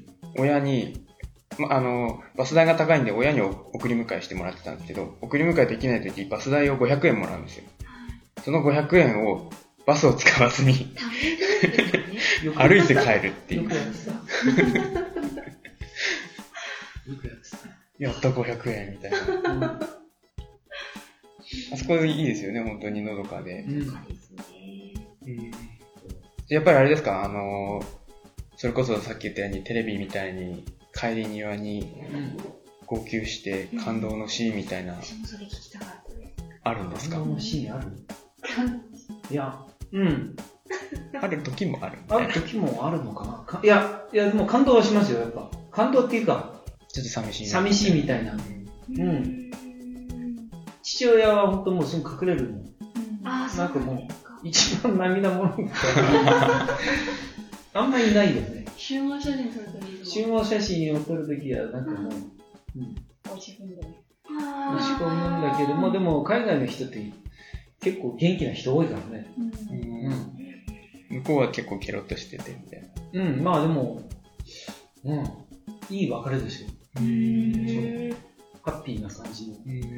親に、ま、あのバス代が高いんで親に送り迎えしてもらってたんですけど、送り迎えできないときバス代をごひゃくえんもらうんですよ。そのごひゃくえんをバスを使わずに歩いて帰るっていう。よくやってた。よくやってた。やったごひゃくえんみたいな。うん、あそこいいですよね、本当にのどかで。うん、やっぱりあれですか、あの、それこそさっき言ったようにテレビみたいに帰り際に号泣して感動のシーンみたいな、あるんですか？ 感動のシーンある？いや、うん。 ある時もある、ね。 ある時もあるのかなかいや、いや、でも感動はしますよ、やっぱ。感動っていうか、 ちょっと寂しい。 寂しいみたいな。うん。うん、父親は本当もうすぐ隠れるの。 ああ、 なんかもう、一番涙もろいみたいな。あんまりいないよね。 集合写真撮るとき集合写真を撮るときは、なんかもう、うん。 落ち込んでね。 落ち込むんだけども、でも海外の人って結構元気な人多いからね。うん。 うん、向こうは結構ケロッとしててみたいな。うん、まあでも、うん、いい別れですよ。うん。ハッピーな感じの。うん。うん。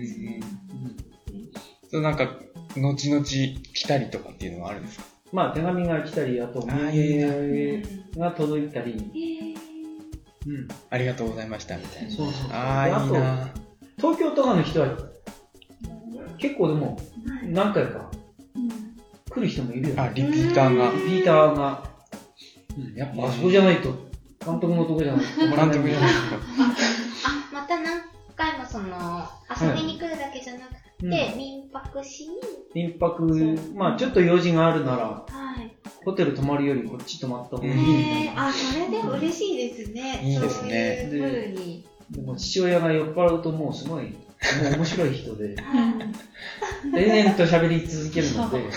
そう、なんか、後々来たりとかっていうのはあるんですか？ まあ手紙が来たり、あとお土産が届いたり、 うん、ありがとうございましたみたいな。 そうそう。 ああ、いいな。 東京とかの人は結構でも何回か来る人もいるよね。 あ、リピーターが。 リピーターが、うん、やっぱあそこじゃないと監督のとこじゃないと監督じゃないと。 あ、また何回もその遊びに来るだけじゃなくて。で、うん、民泊しに民泊、まあちょっと用事があるなら、はい、ホテル泊まるよりこっち泊まった方がいいみたいな。 あ、それでも嬉しいですね。 いいですね。 そういう風に。 でも父親が酔っ払うともうすごい、もう面白い人で、永遠と喋り続けるので、うん、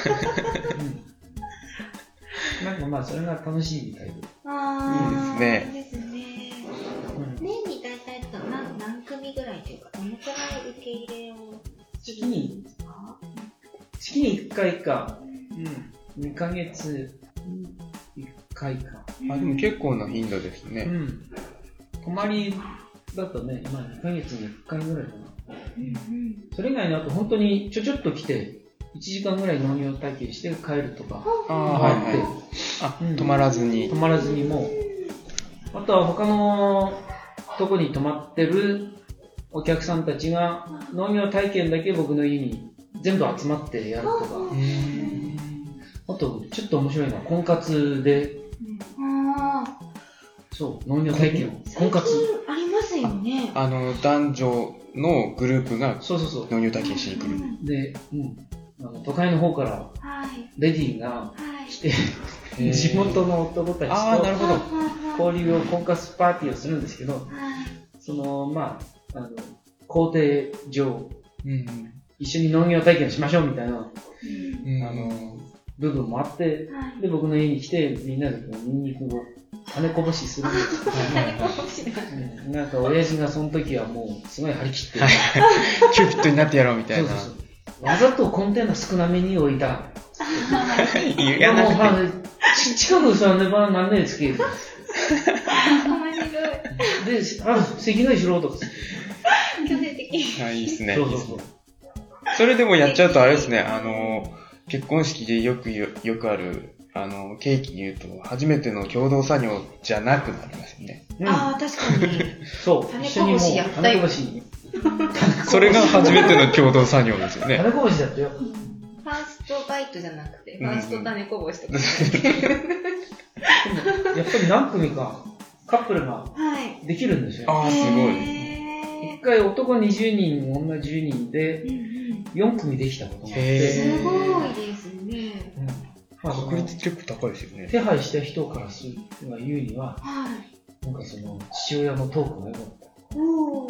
なんかまあそれが楽しいみたいで。 ああ、いいですね。いいですね。うん、年に大体と何何組ぐらいというか、どのくらい受け入れを月に、月にいっかいか、うん、にかげついっかいか。 あ、でも結構な頻度ですね。 うん。泊まりだとね、まあにかげつにいっかいぐらいかな。うんうん、それ以外にあと本当にちょちょっと来て、いちじかんぐらい農業体験して帰るとかあって、 あ、うん、泊まらずに。 泊まらずにもう、あとは他のとこに泊まってるお客さんたちが農業体験だけ僕の家に全部集まってやるとか、あとちょっと面白いのは婚活で、そう農業体験婚活ありますよね。 あの男女のグループがそうそうそう農業体験しに来る。 で、うん、あの都会の方からレディーが来て、はい、地元の男たちと交流を婚活パーティーをするんですけど、はい、そのまああの工程上、うんうん、一緒に農業体験しましょうみたいな、うん、あの部分もあって、はい、で僕の家に来てみんなでこうニンニクを種こぼしするんですよ。種こぼしなんなんか親父がその時はもうすごい張り切ってキューピッドになってやろうみたいな。そうそうそう、 わざとコンテナ少なめに置いた。いやもうまあ近くそのまま何年つける。で、あ、席替えしろとか。 強制的。 あ、いいっすね。 そうそうそう。 それでもやっちゃうとあれですね、あの結婚式でよくよくある。あの、ケーキ言うと、初めての共同作業じゃなくなりますよね。 うん、ああ、確かに。 そう。 種こぼしやったよ。種こぼし。 それが初めての共同作業ですよね。 種こぼしだったよ。 ファーストバイトじゃなくて、ファースト種こぼしとか。 やっぱり何組かカップルができるんですよ。 ああ、すごい。 一回男にじゅうにん、女じゅうにんでよんくみできたことがあって。 すごいですね。 まあ、確率結構高いですよね。 手配した人からするが言うには、はい、なんかその父親のトークが良かった。お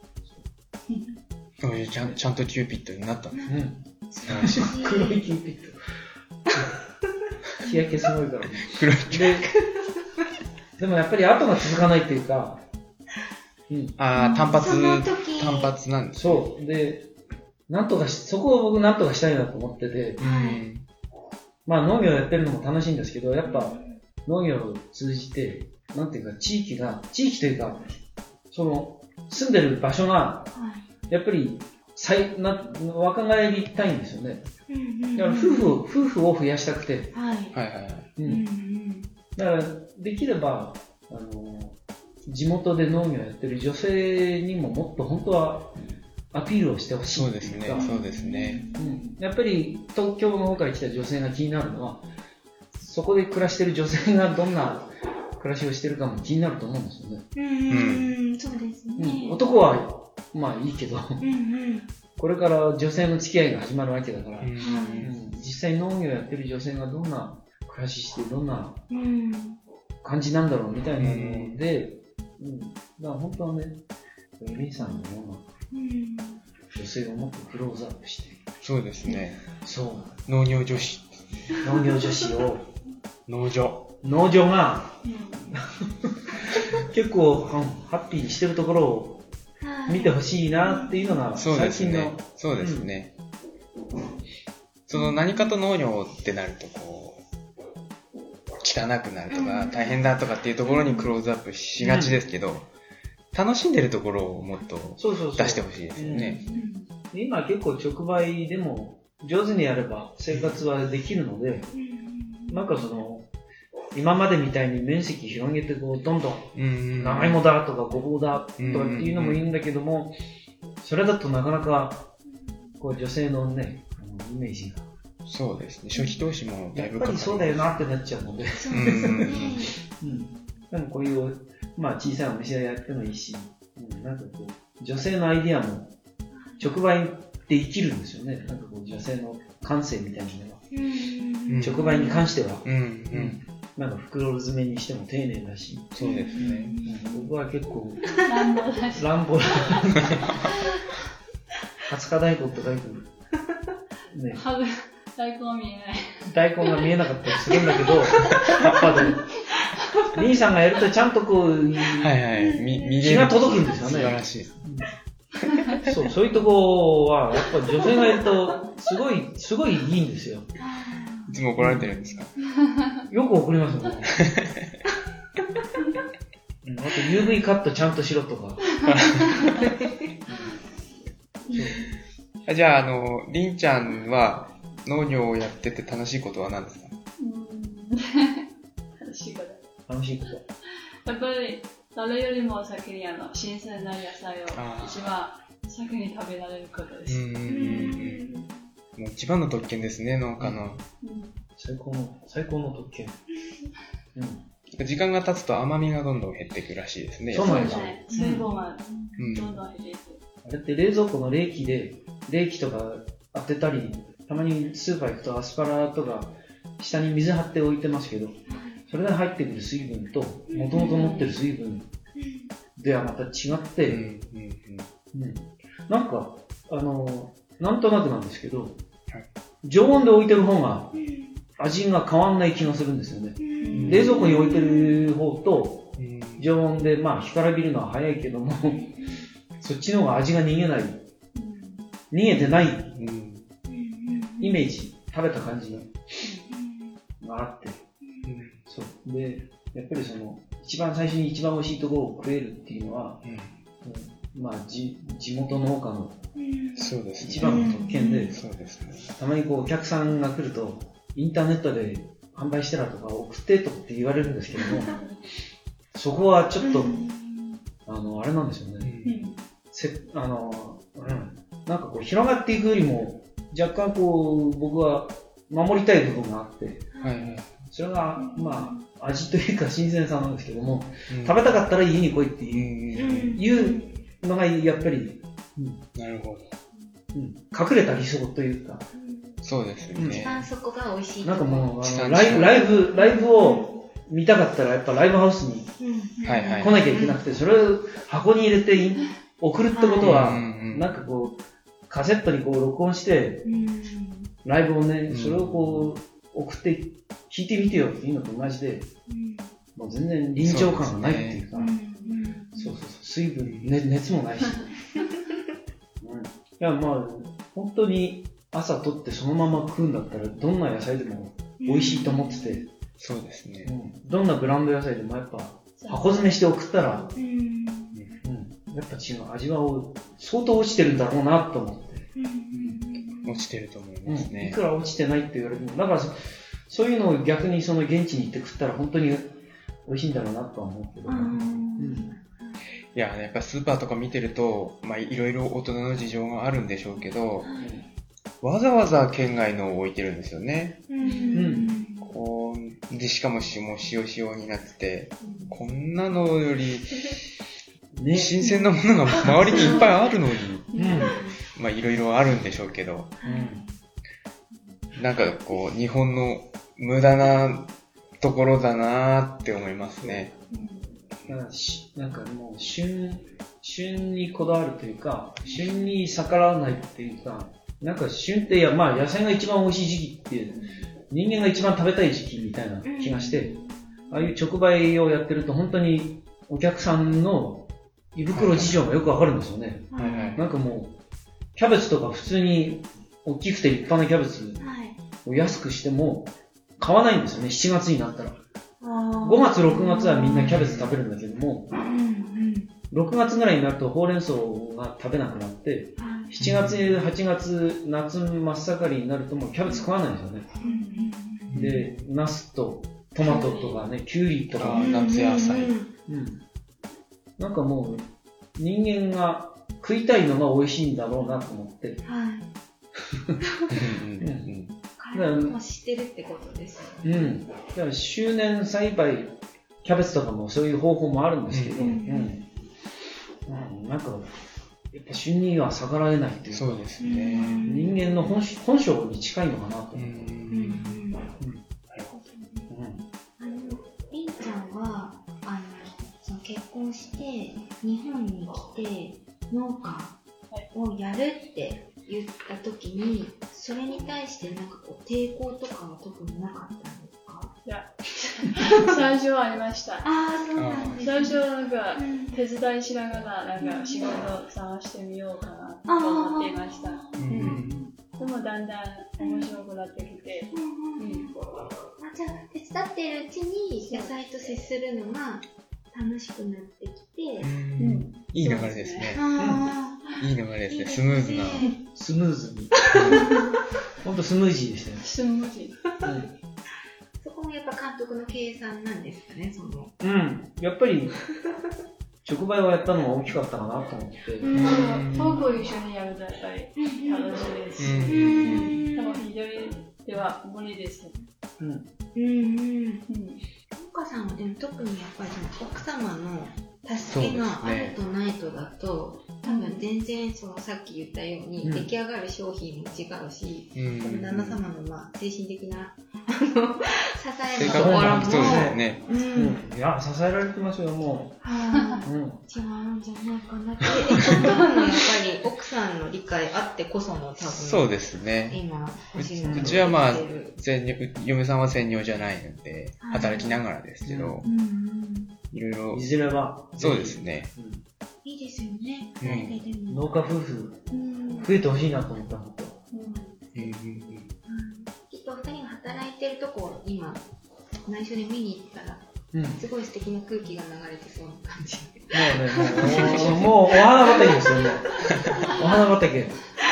お。ちゃんちゃんとキューピッドになったんですね。 うん。素晴らしい。黒いキューピッド。日焼けすごいからね。 黒いキューピッド。でもやっぱり後が続かないっていうか、 うん、ああ、単発、単発なんです、 ね。そう。で、なんとかし、そこを僕なんとかしたいなと思ってて、うんまあ農業やってるのも楽しいんですけど、やっぱ農業を通じて、なんていうか地域が、地域というか、その住んでる場所が、やっぱり再な若返りたいんですよね。だから夫婦を、夫婦を増やしたくて。はい。はいはいはい。うん。だからできれば、あの、地元で農業やってる女性にももっと本当は、アピールをしてほしい。 そうですね。そうですね。 うん。やっぱり東京の方から来た女性が気になるのは、そこで暮らしてる女性がどんな暮らしをしてるかも気になると思うんですよね。 うん、うん、そうですね。 うん、男はまあいいけど、うんうん、これから女性の付き合いが始まるわけだから、うんうん、実際農業やってる女性がどんな暮らししてどんな感じなんだろうみたいなので、うん、だから本当はね、エリーさんのような女性をもっとクローズアップして。 そうですね。 そう。 農業女子。 農業女子を。 農女。 農女が、結構、ハッピーにしてるところを見てほしいなっていうのが最近の。 そうですね。うん、その何かと農業ってなるとこう、汚くなるとか、大変だとかっていうところにクローズアップしがちですけど、うん楽しんでるところをもっと出してほしいですよね。 うん、今結構直売でも上手にやれば生活はできるので、うん、なんかその今までみたいに面積広げてこうどんどん長芋だとかごぼうだとかっていうのもいいんだけども、それだとなかなかこう女性のねイメージがそうですね初期投資もだいぶかかる。 やっぱりそうだよなってなっちゃうので、うんでもこういうまあ小さいお店をやってもいいし、うん、なんかこう女性のアイディアも直売って生きるんですよね。なんかこう女性の感性みたいなのが、うん、直売に関しては、うんうん、なんか袋詰めにしても丁寧だし、 そうですね。 うん、僕は結構乱暴だし、 乱暴だ。はつか大根って書いてる。ね。 大根は見えない。 大根が見えなかったりするんだけど、葉っぱで。リンさんがやるとちゃんとこう、 はいはい、み気が届くんですよね。 素晴らしい。 そう、そういうとこは、やっぱ女性がやると、すごい、すごいいいんですよ。 いつも怒られてるんですか？ よく怒りますよね。 あと ユーブイ カットちゃんとしろとか。 じゃあ、あの、りんちゃんは農業をやってて楽しいことは何ですか？ 楽しいこと。 楽しいこと。 やっぱり、誰よりも先にあの新鮮な野菜を一番先に食べられることです。うん。 もう一番の特権ですね、農家の。うん、 最高の、最高の特権。 うん。時間が経つと甘みがどんどん減っていくらしいですね。 そうなんですね。水分はどんどん減っていく。 あれって冷蔵庫の冷気で、冷気とか当てたり、たまにスーパー行くとアスパラとか下に水張って置いてますけど、それで入ってくる水分と、もともと持ってる水分ではまた違って、うんうんうん、なんか、あの、なんとなくなんですけど、はい、常温で置いてる方が味が変わんない気がするんですよね。冷蔵庫に置いてる方と、常温で、まあ、干からびるのは早いけども、そっちの方が味が逃げない、逃げてないイメージ、食べた感じがあって、そう。で、やっぱりその、一番最初に一番美味しいところを食えるっていうのは、うん、まあ、じ、地元農家の一番の特権で、そうですね。たまにこうお客さんが来ると、インターネットで販売してらとか送ってとかって言われるんですけども、そこはちょっと、あの、あれなんですよね。うん、せあの、うん、なんかこう広がっていくよりも、若干こう、僕は守りたい部分があって、はいはい、それが、まあ、味というか新鮮さなんですけども、うん、食べたかったら家に来いっていう、うん、いうのがやっぱり、 うん、なるほど、 うん。隠れた理想というか。 そうですよね。 一番そこが美味しい。 なんかもう、あのライブ、ライブ、ライブを見たかったらやっぱライブハウスに来なきゃいけなくて、それを箱に入れて送るってことは、なんかこう、カセットにこう録音して、ライブをね、それをこう、送って弾いてみてよっていうのと同じで、もう全然臨場感がないっていうか、そうそうそう、水分、ね、熱もないし。うん、いや、まあ、本当に朝取ってそのまま食うんだったら、どんな野菜でも美味しいと思ってて、 そうですね。 うん、どんなブランド野菜でもやっぱ、箱詰めして送ったら、うんうん、やっぱ違う、味は相当落ちてるんだろうなと思って。 うん、落ちてると思いますね、 うん。いくら落ちてないって言われても、だからそ、そういうのを逆にその現地に行って食ったら本当に美味しいんだろうなとは思うけど、ね。うんいや、やっぱスーパーとか見てると、まあいろいろ大人の事情があるんでしょうけど、うん、わざわざ県外のを置いてるんですよね。うん、こうでしかももう塩塩になってて、うん、こんなのより、ね、新鮮なものが周りにいっぱいあるのに、うん、まあいろいろあるんでしょうけど、うん、なんかこう日本の無駄なところだなって思いますね。 なんかもう旬、旬にこだわるというか、旬に逆らわないっていうか、なんか旬って、いや、まあ野菜が一番美味しい時期っていう、人間が一番食べたい時期みたいな気がして、ああいう直売をやってると本当にお客さんの胃袋事情がよくわかるんですよね。はいはい、なんかもう、キャベツとか普通に大きくて立派なキャベツを安くしても買わないんですよね、しちがつになったら。ごがつ、ろくがつはみんなキャベツ食べるんだけども、ろくがつぐらいになるとほうれん草が食べなくなって、しちがつ、はちがつ、夏真っ盛りになるともうキャベツ食わないんですよね。で、ナスとトマトとかね、キュウリとか、 夏野菜。うん。 なんかもう、人間が食いたいのが美味しいんだろうなと思って。はい。 体も知ってるってことですよね。 うん。だから周年栽培、キャベツとかもそういう方法もあるんですけど、うん。うんうん、なんか、やっぱ旬には逆らえないっていうか、 そうですね。 人間の本本性に近いのかなと思って。うん。 なるほど。うん。あの、りんちゃんは、あの、その結婚して、日本に来て、農家をやるって言った時に、それに対してなんかこう抵抗とかは特になかったんですか？ いや、最初はありました。 ああ、そうなんですね。 最初はなんか手伝いしながらなんか仕事を探してみようかなと思っていました。うん、でもだんだん面白くなってきて、うんうん、 あ、じゃあ手伝っているうちに野菜と接するのが楽しくなってきて、 うん、いい流れですね。いい流れですね。スムーズな。 スムーズに。ほんとスムージーでしたね。 スムージー。 うん、そこもやっぱ監督の計算なんですかね、その。 うん。やっぱり、直売をやったのは大きかったかなと思って。 うん。トークを一緒にやるとやっぱり楽しいですし。うん。でも非常にでは無理です。 うん。うんうん。農家さんはでも特にやっぱりその奥様の助けがあるとないとだと、多分全然そのさっき言ったように、うん、出来上がる商品も違うし、うん、旦那様のまあ精神的なあの支えのところも、そうですね。うん。いや支えられてますよもう。 はあ、うん、違うんじゃないかなって。え、多分もやっぱり奥さんの理解あってこその多分。 そうですね。 今うちうちはまあ全嫁さんは専業じゃないので働きながらですけど、うんうん、いろいろいずれはそうですね。 うん、いいですよね。 うん、農家夫婦、うん、増えてほしいなと思ったこと。うんうんうん、 きっとお二人が働いてるとこ今内緒で見に行ったら、うん、すごい素敵な空気が流れてそうな感じ。 もうね、もう、もうお花畑ですよね。お花畑。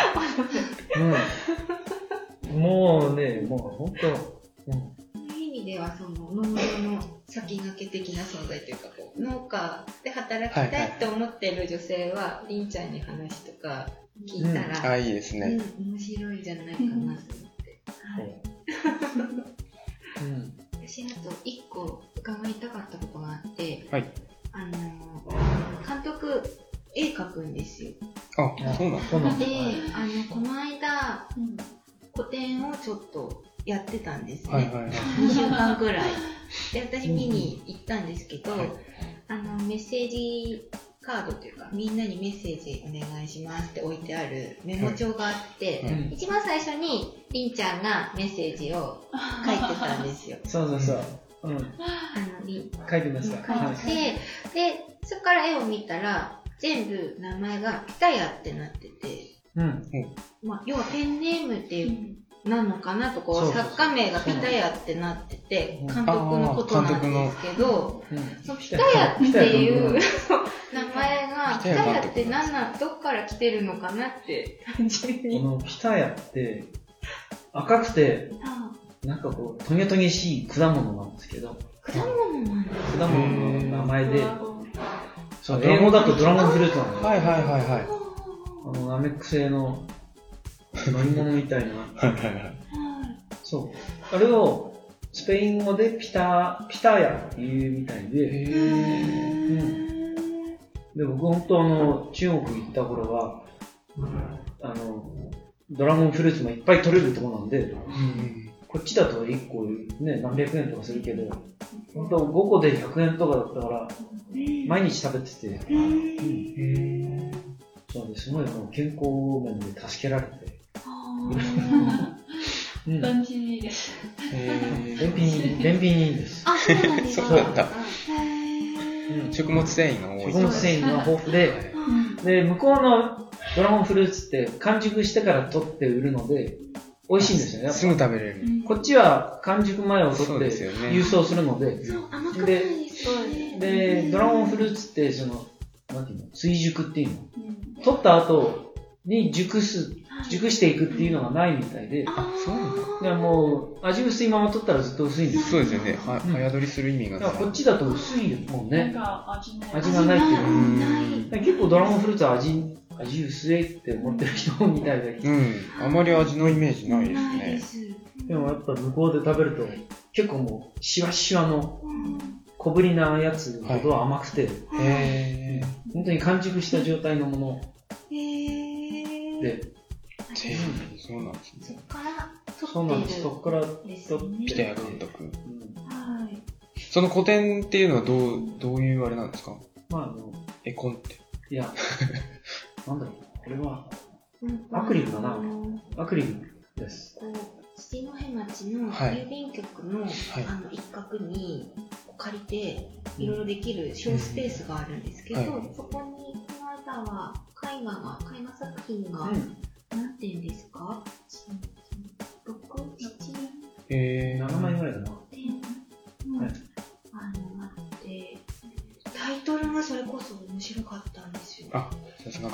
うん。もうね、もう本当。うんではその農業の先駆け的な存在というかこう農家で働きたいって思ってる女性はりんちゃんに話とか聞いたら、 うん、あいいですね、 うん、面白いんじゃないかなと思って、はいうん、私あと一個伺いたかったことがあって、はい、あの監督絵描くんですよ。 あ、そうなんで、あのこの間、うん、個展をちょっとやってたんですね、はいはいはい、にしゅうかんぐらいで私見に行ったんですけど、はい、あのメッセージカードというかみんなにメッセージお願いしますって置いてあるメモ帳があって、はいはい、一番最初にりんちゃんがメッセージを書いてたんですよ。 そうそうそう、うん、あの書いてました。 書いて、でそこから絵を見たら全部名前がピタヤってなってて、うんまあ、要はペンネームっていう、うんなのかなとこう作家名がピタヤってなってて監督のことなんですけど、うん、そのピタヤっていう名前がピタヤって何などっから来てるのかなって単純に。 このピタヤって赤くてなんかこうトゲトゲしい果物なんですけど。 果物なんですか。果物の名前で、そう英語だとドラゴンフルーツなんです。 はいはいはいはい。 あのナメック星の乗り物みたいな。そう。あれをスペイン語でピタ、ピタヤっていうみたいで。へー。うん。で、僕本当あの、中国行った頃は、あの、ドラゴンフルーツもいっぱい取れるところなんで、うん、こっちだといっこね、何百円とかするけど、本当ごこでひゃくえんとかだったから、毎日食べてて、うん。そうですごいもう健康面で助けられて。 便秘にいいです。 便秘に、便秘にいいです。 あ、そうなんですか。 そうだった。食物繊維が多い。 食物繊維が豊富で、で、向こうのドラゴンフルーツって完熟してから取って売るので、美味しいんですよね。 すぐ食べれる。 こっちは完熟前を取って郵送するので、 で、 で、ドラゴンフルーツって、その、なんていうの、追熟っていうの。取った後に熟す、熟していくっていうのがないみたいで。 あ、そうなんだ。 いやもう、味薄いまま取ったらずっと薄いんですよ。そうですよね。は、早取りする意味がない。 こっちだと薄いもんね。 なんか味ない。 味がないっていう。結構ドラゴンフルーツは味、味薄いって思ってる人みたいで。 うん。あまり味のイメージないですね。 でもやっぱ向こうで食べると、結構もう、シワシワの、小ぶりなやつほど甘くて、はい、へー、本当に完熟した状態のもので、 へー、そうなんですね。 そこから取ってる。 そうなんです。そこから取って。 ピタヤ監督。うん、はい。その古典っていうのはどう、どういうあれなんですか？ まああの、 絵コンって。 いや、なんだろう、これは、アクリルかな？アクリルです。 七戸町の郵便局の、はい、あの一角に借りていろいろできる小スペースがあるんですけど、うんはい、そこにこの間は絵画が絵画作品が、うん、何点ですか？ろく、なな、 えー、ななまいぐらいだな。 点、うんはい、あのあって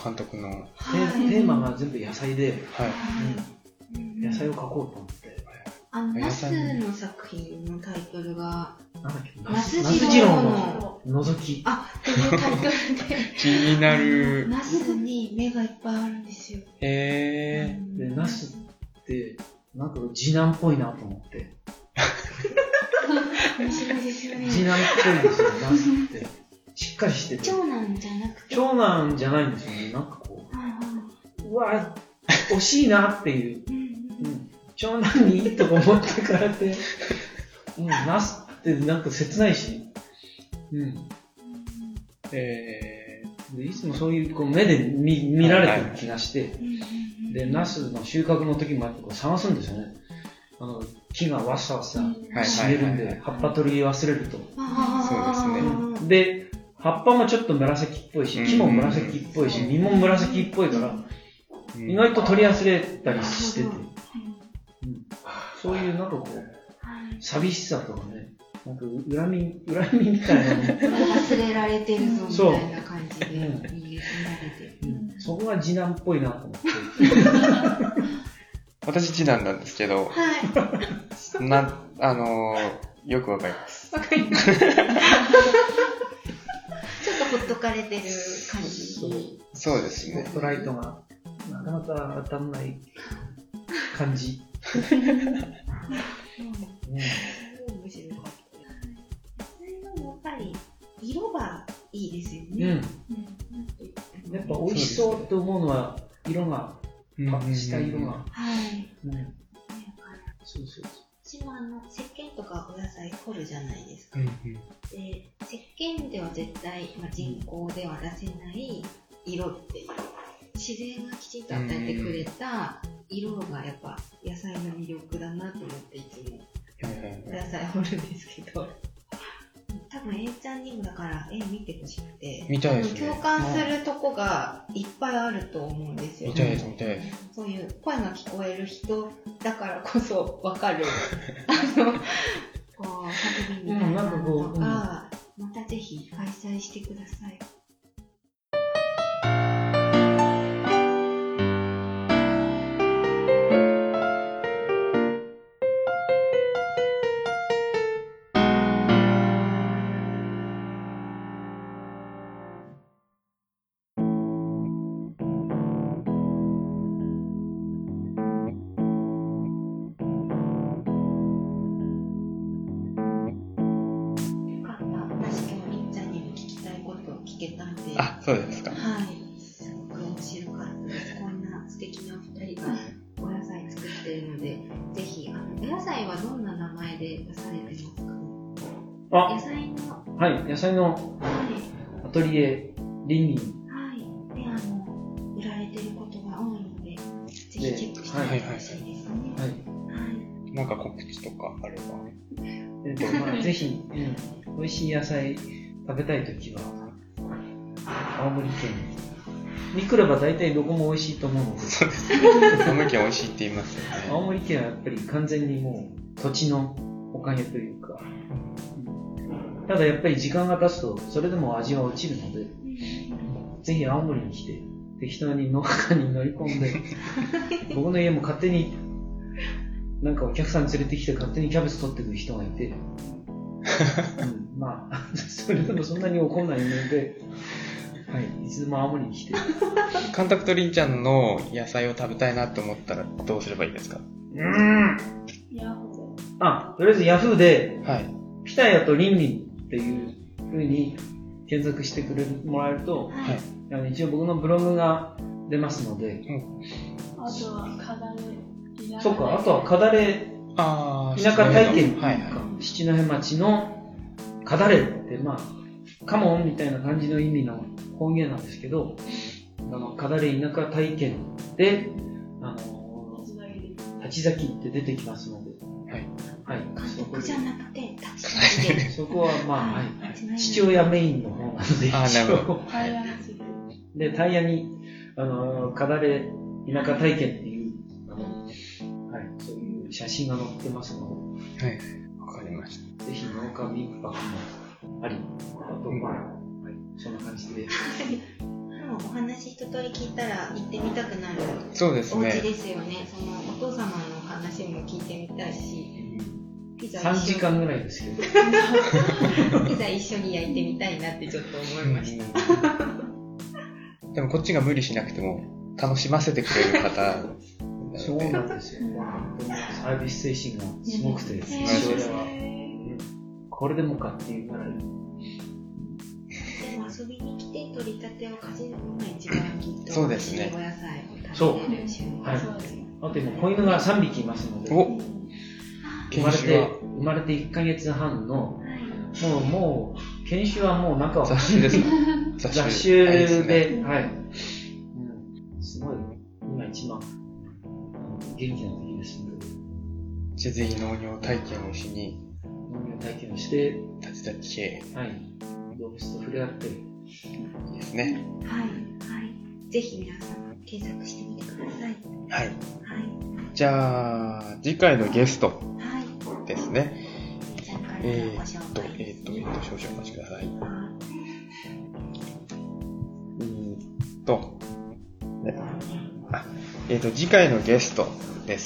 監督の。 テーマが全部野菜で、 はい。 うん、野菜を描こうと思って。 あの、ナスの作品のタイトルが、 なんだっけ、 ナス次郎の覗き。 あ、っていうタイトルで。 気になる。 ナスに目がいっぱいあるんですよ。 へー。で、ナスって、なんか次男っぽいなと思って。 面白いですよね。 次男っぽいですよ、ナスって。しっかりしてて。 長男じゃなくて。 長男じゃないんですよね。なんかこう、うわ、惜しいなっていう。うん、長男にいいとか思ってからって、うん、ナスってなんか切ないし。うん。 えー、でいつもそういうこう目で 見, 見られてる気がして、はいはい、で、ナスの収穫の時もあってこう探すんですよね。あの木がわっさわっさ茂るんで、葉っぱ取り忘れると。 そうですね。 で、葉っぱもちょっと紫っぽいし、木も紫っぽいし、実も紫っぽいから、意外と取り忘れたりしてて、うん、そういうなんかこう、寂しさとかね、なんか恨み、恨みみたいなね。 忘れられてるぞみたいな感じで見られてる。 そこが次男っぽいなと思って。 私次男なんですけど、 はい、 な、あのー、よくわかります。 わかります。ちょっとほっとかれてる感じ。 そうですね。 スポットライトがなかなか当たんない感じ。うん。 面白かった。やっぱり色がいいですよね。 うん。やっぱ美味しそうと思うのは色が。下色が。 はい。うん。 そうそうそう。 私もあの、石鹸とかお野菜掘るじゃないですか。うんうん、で、石鹸では絶対、まあ、人工では出せない色っていう、自然がきちんと与えてくれた色がやっぱ野菜の魅力だなと思っていつもお野菜掘るんですけど、多分 A ちゃんにもだから絵見てほしくて、 見たいですね。 共感するとこがいっぱいあると思うんですよ。 見たいです、見たいです。 そういう声が聞こえる人だからこそわかる、あの、こう、作品みたいなのとか、またぜひ開催してください。 あ、そうですか。 はい。すごく面白かったです。こんな素敵なお二人がお野菜作っているので、ぜひ、あの、お野菜はどんな名前で出されてますか？あ、野菜の。 はい、野菜のアトリエ、リンリン。 はい。で、あの、売られてることが多いので、ぜひチェックしてみてほしいですね。はい。はい。 なんか告知とかあれば。 えっと、まあ、ぜひ、うん、美味しい野菜食べたいときは、青森県に来れば大体どこも美味しいと思うので。 そうですね。青森県美味しいって言いますよね。 青森県はやっぱり完全にもう土地のおかげというか、ただやっぱり時間が経つとそれでも味は落ちるので、ぜひ青森に来て適当に農家に乗り込んで、僕の家も勝手になんかお客さん連れてきて勝手にキャベツ取ってくる人がいて、うん、まあそれでもそんなに怒んないので、はい、いつでも青森に来て。 監督とりんちゃんの野菜を食べたいなと思ったらどうすればいいですか？ うーん。 ヤフー。 あ、とりあえずヤフーで、 はい、 ピタヤとリンリンっていう風に検索してくれもらえると、はい、あの一応僕のブログが出ますので、うん、 あとはカダレ。 そうか、あとはカダレ、 あ田舎体験とか、はいはい、七戸町のカダレって、まあ、カモンみたいな感じの意味の方言なんですけど、あの、カダレ田舎体験で、あの、立ち咲きって出てきますので、はい。 はい。監督じゃなくて、立ち咲きで。 そこは、まあ、はい。父親メインの方なので、 あ、なるほど。 で、タイヤに、あの、カダレ田舎体験っていう、あの、はい、そういう写真が載ってますので、はい。わかりました。 ぜひ、農家ミークパックもあり、あと、まあ、はい、そんな感じで。 はもお話一通り聞いたら行ってみたくなるそうですね。 お家ですよね。そのお父様の話も聞いてみたいし、ピザさんじかんぐらいですけど。 ピザ一緒に焼いてみたいなってちょっと思いました。 でもこっちが無理しなくても楽しませてくれる方、 ね、そうなんですよ。サービス精神がすごくて、それはこれでもかっていうぐらい。 でも遊びに来て取り立てをかじるのが一番きっとそうですね。 お野菜をそう。 食べれる瞬間。 はい。あと今子犬がさんびきいますので、 お生まれて生まれていっかげつはんの、もうもう研修はもう中は雑種ですか？ 雑種で、はい、うん。すごい今一番元気な時ですので。 じゃあぜひ農業体験をしに農業体験をして立ち立ち系、 はい、動物と触れ合っていいですね。 はいはいぜひ皆さん検索してみてください。 はい。 はい。 じゃあ次回のゲストですね。 はい。 えーっとえーっとえーっと少々お待ちください。えーっと、ね、あ、えーっと次回のゲストです。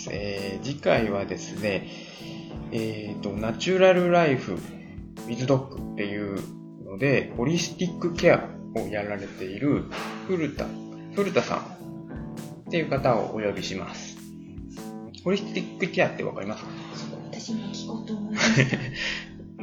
えー、次回はですね、えーっとナチュラルライフウィズドッグっていうのでホリスティックケアをやられている古田古田さんっていう方をお呼びします。ホリスティックケアってわかりますか？ 私も聞こうと思いました。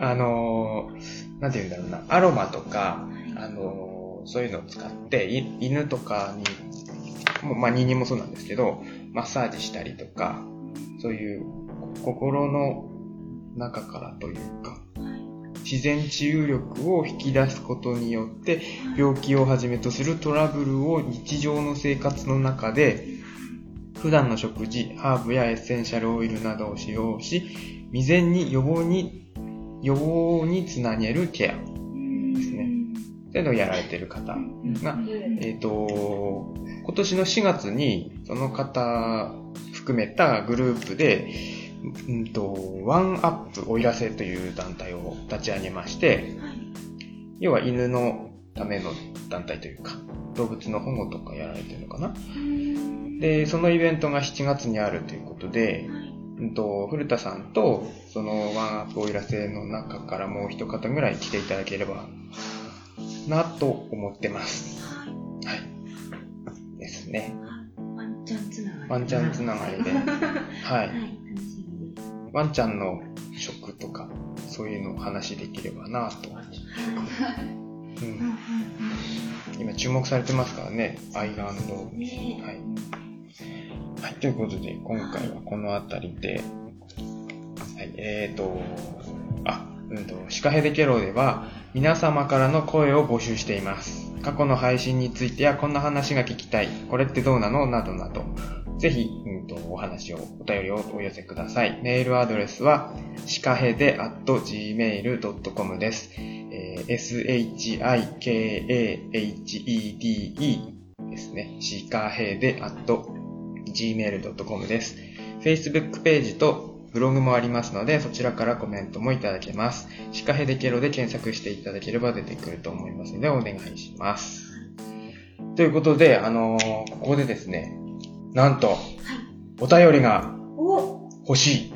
あのー、なんて言うんだろうな、アロマとか、あのー、そういうのを使って、犬とかに、もうまあ人間もそうなんですけど、マッサージしたりとか、そういう心の中からというか、自然治癒力を引き出すことによって病気をはじめとするトラブルを日常の生活の中で普段の食事、ハーブやエッセンシャルオイルなどを使用し未然に予防に予防につなげるケアですね。というのをやられている方が、えっと今年のしがつにその方含めたグループでうんと、ワンアップおいらせという団体を立ち上げまして、はい、要は犬のための団体というか、動物の保護とかやられてるのかな。で、そのイベントがしちがつにあるということで、はい、うんと、古田さんとそのワンアップおいらせの中からもう一方ぐらい来ていただければなと思ってます。はい。はい、ですね。 ワンちゃんつながり。 ワンちゃんつながりで。はい。はいワンちゃんの食とかそういうのを話できればなと、うん、今注目されてますからね、アイランド、ね、はい、はい、ということで今回はこのあたりで、はい、えーとあ、うんとシカヘデケロでは皆様からの声を募集しています。過去の配信についてやこんな話が聞きたい、これってどうなのなどなどぜひ、うんと、お話を、お便りをお寄せください。メールアドレスは、シカヘデ アットジーメールドットコム です。えー、エスエイチアイケーエーエイチイーディーイー ですね。シカヘデ アットジーメールドットコム です。Facebook ページとブログもありますので、そちらからコメントもいただけます。シカヘデケロで検索していただければ出てくると思いますので、お願いします。ということで、あのー、ここでですね、なんと、はい、お便りが欲しい。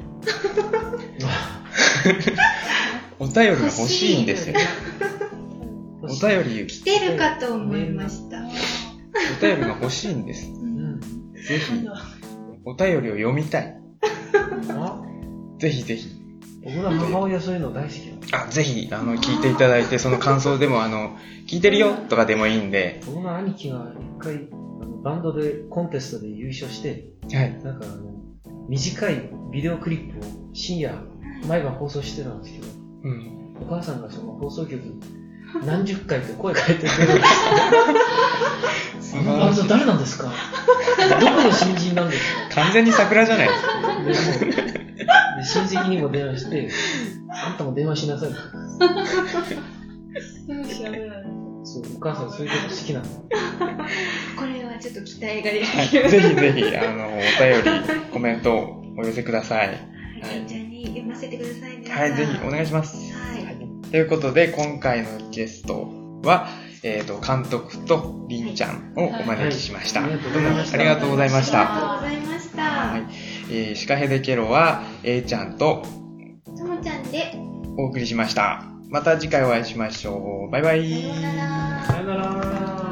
お便りが欲しいんですよ。お便り来てるかと思いました。 お便りが欲しいんです。うん、ぜひお便りを読みたい。ぜひぜひ。 僕の母親そういうの大好きなの。あ、ぜひあの聞いていただいてその感想でもあの聞いてるよとかでもいいんで。 僕の兄貴が一回バンドでコンテストで優勝して、はい、なんかあの短いビデオクリップを深夜毎晩放送してたんですけど、うん、お母さんがその放送局何十回と声変えてくれるんですよ。あのバンド誰なんですか？どこの新人なんですか？完全に桜じゃないですか。 でもで親戚にも電話して、あんたも電話しなさいって。そう、お母さんそういうこと好きなの。 これはちょっと期待ができる、 はい、ぜひぜひあのお便りコメントをお寄せください。 はい、じゃあに読ませてくださいね。 はい、ぜひお願いします。 はい。 ということで今回のゲストは、 えっと、監督とりんちゃんをお招きしました。 はいはい、どうもありがとうございました。 ありがとうございました。はい。 えー、シカヘデケロは A ちゃんとともちゃんでお送りしました。また次回お会いしましょう。バイバイ。 さようなら。 さよなら。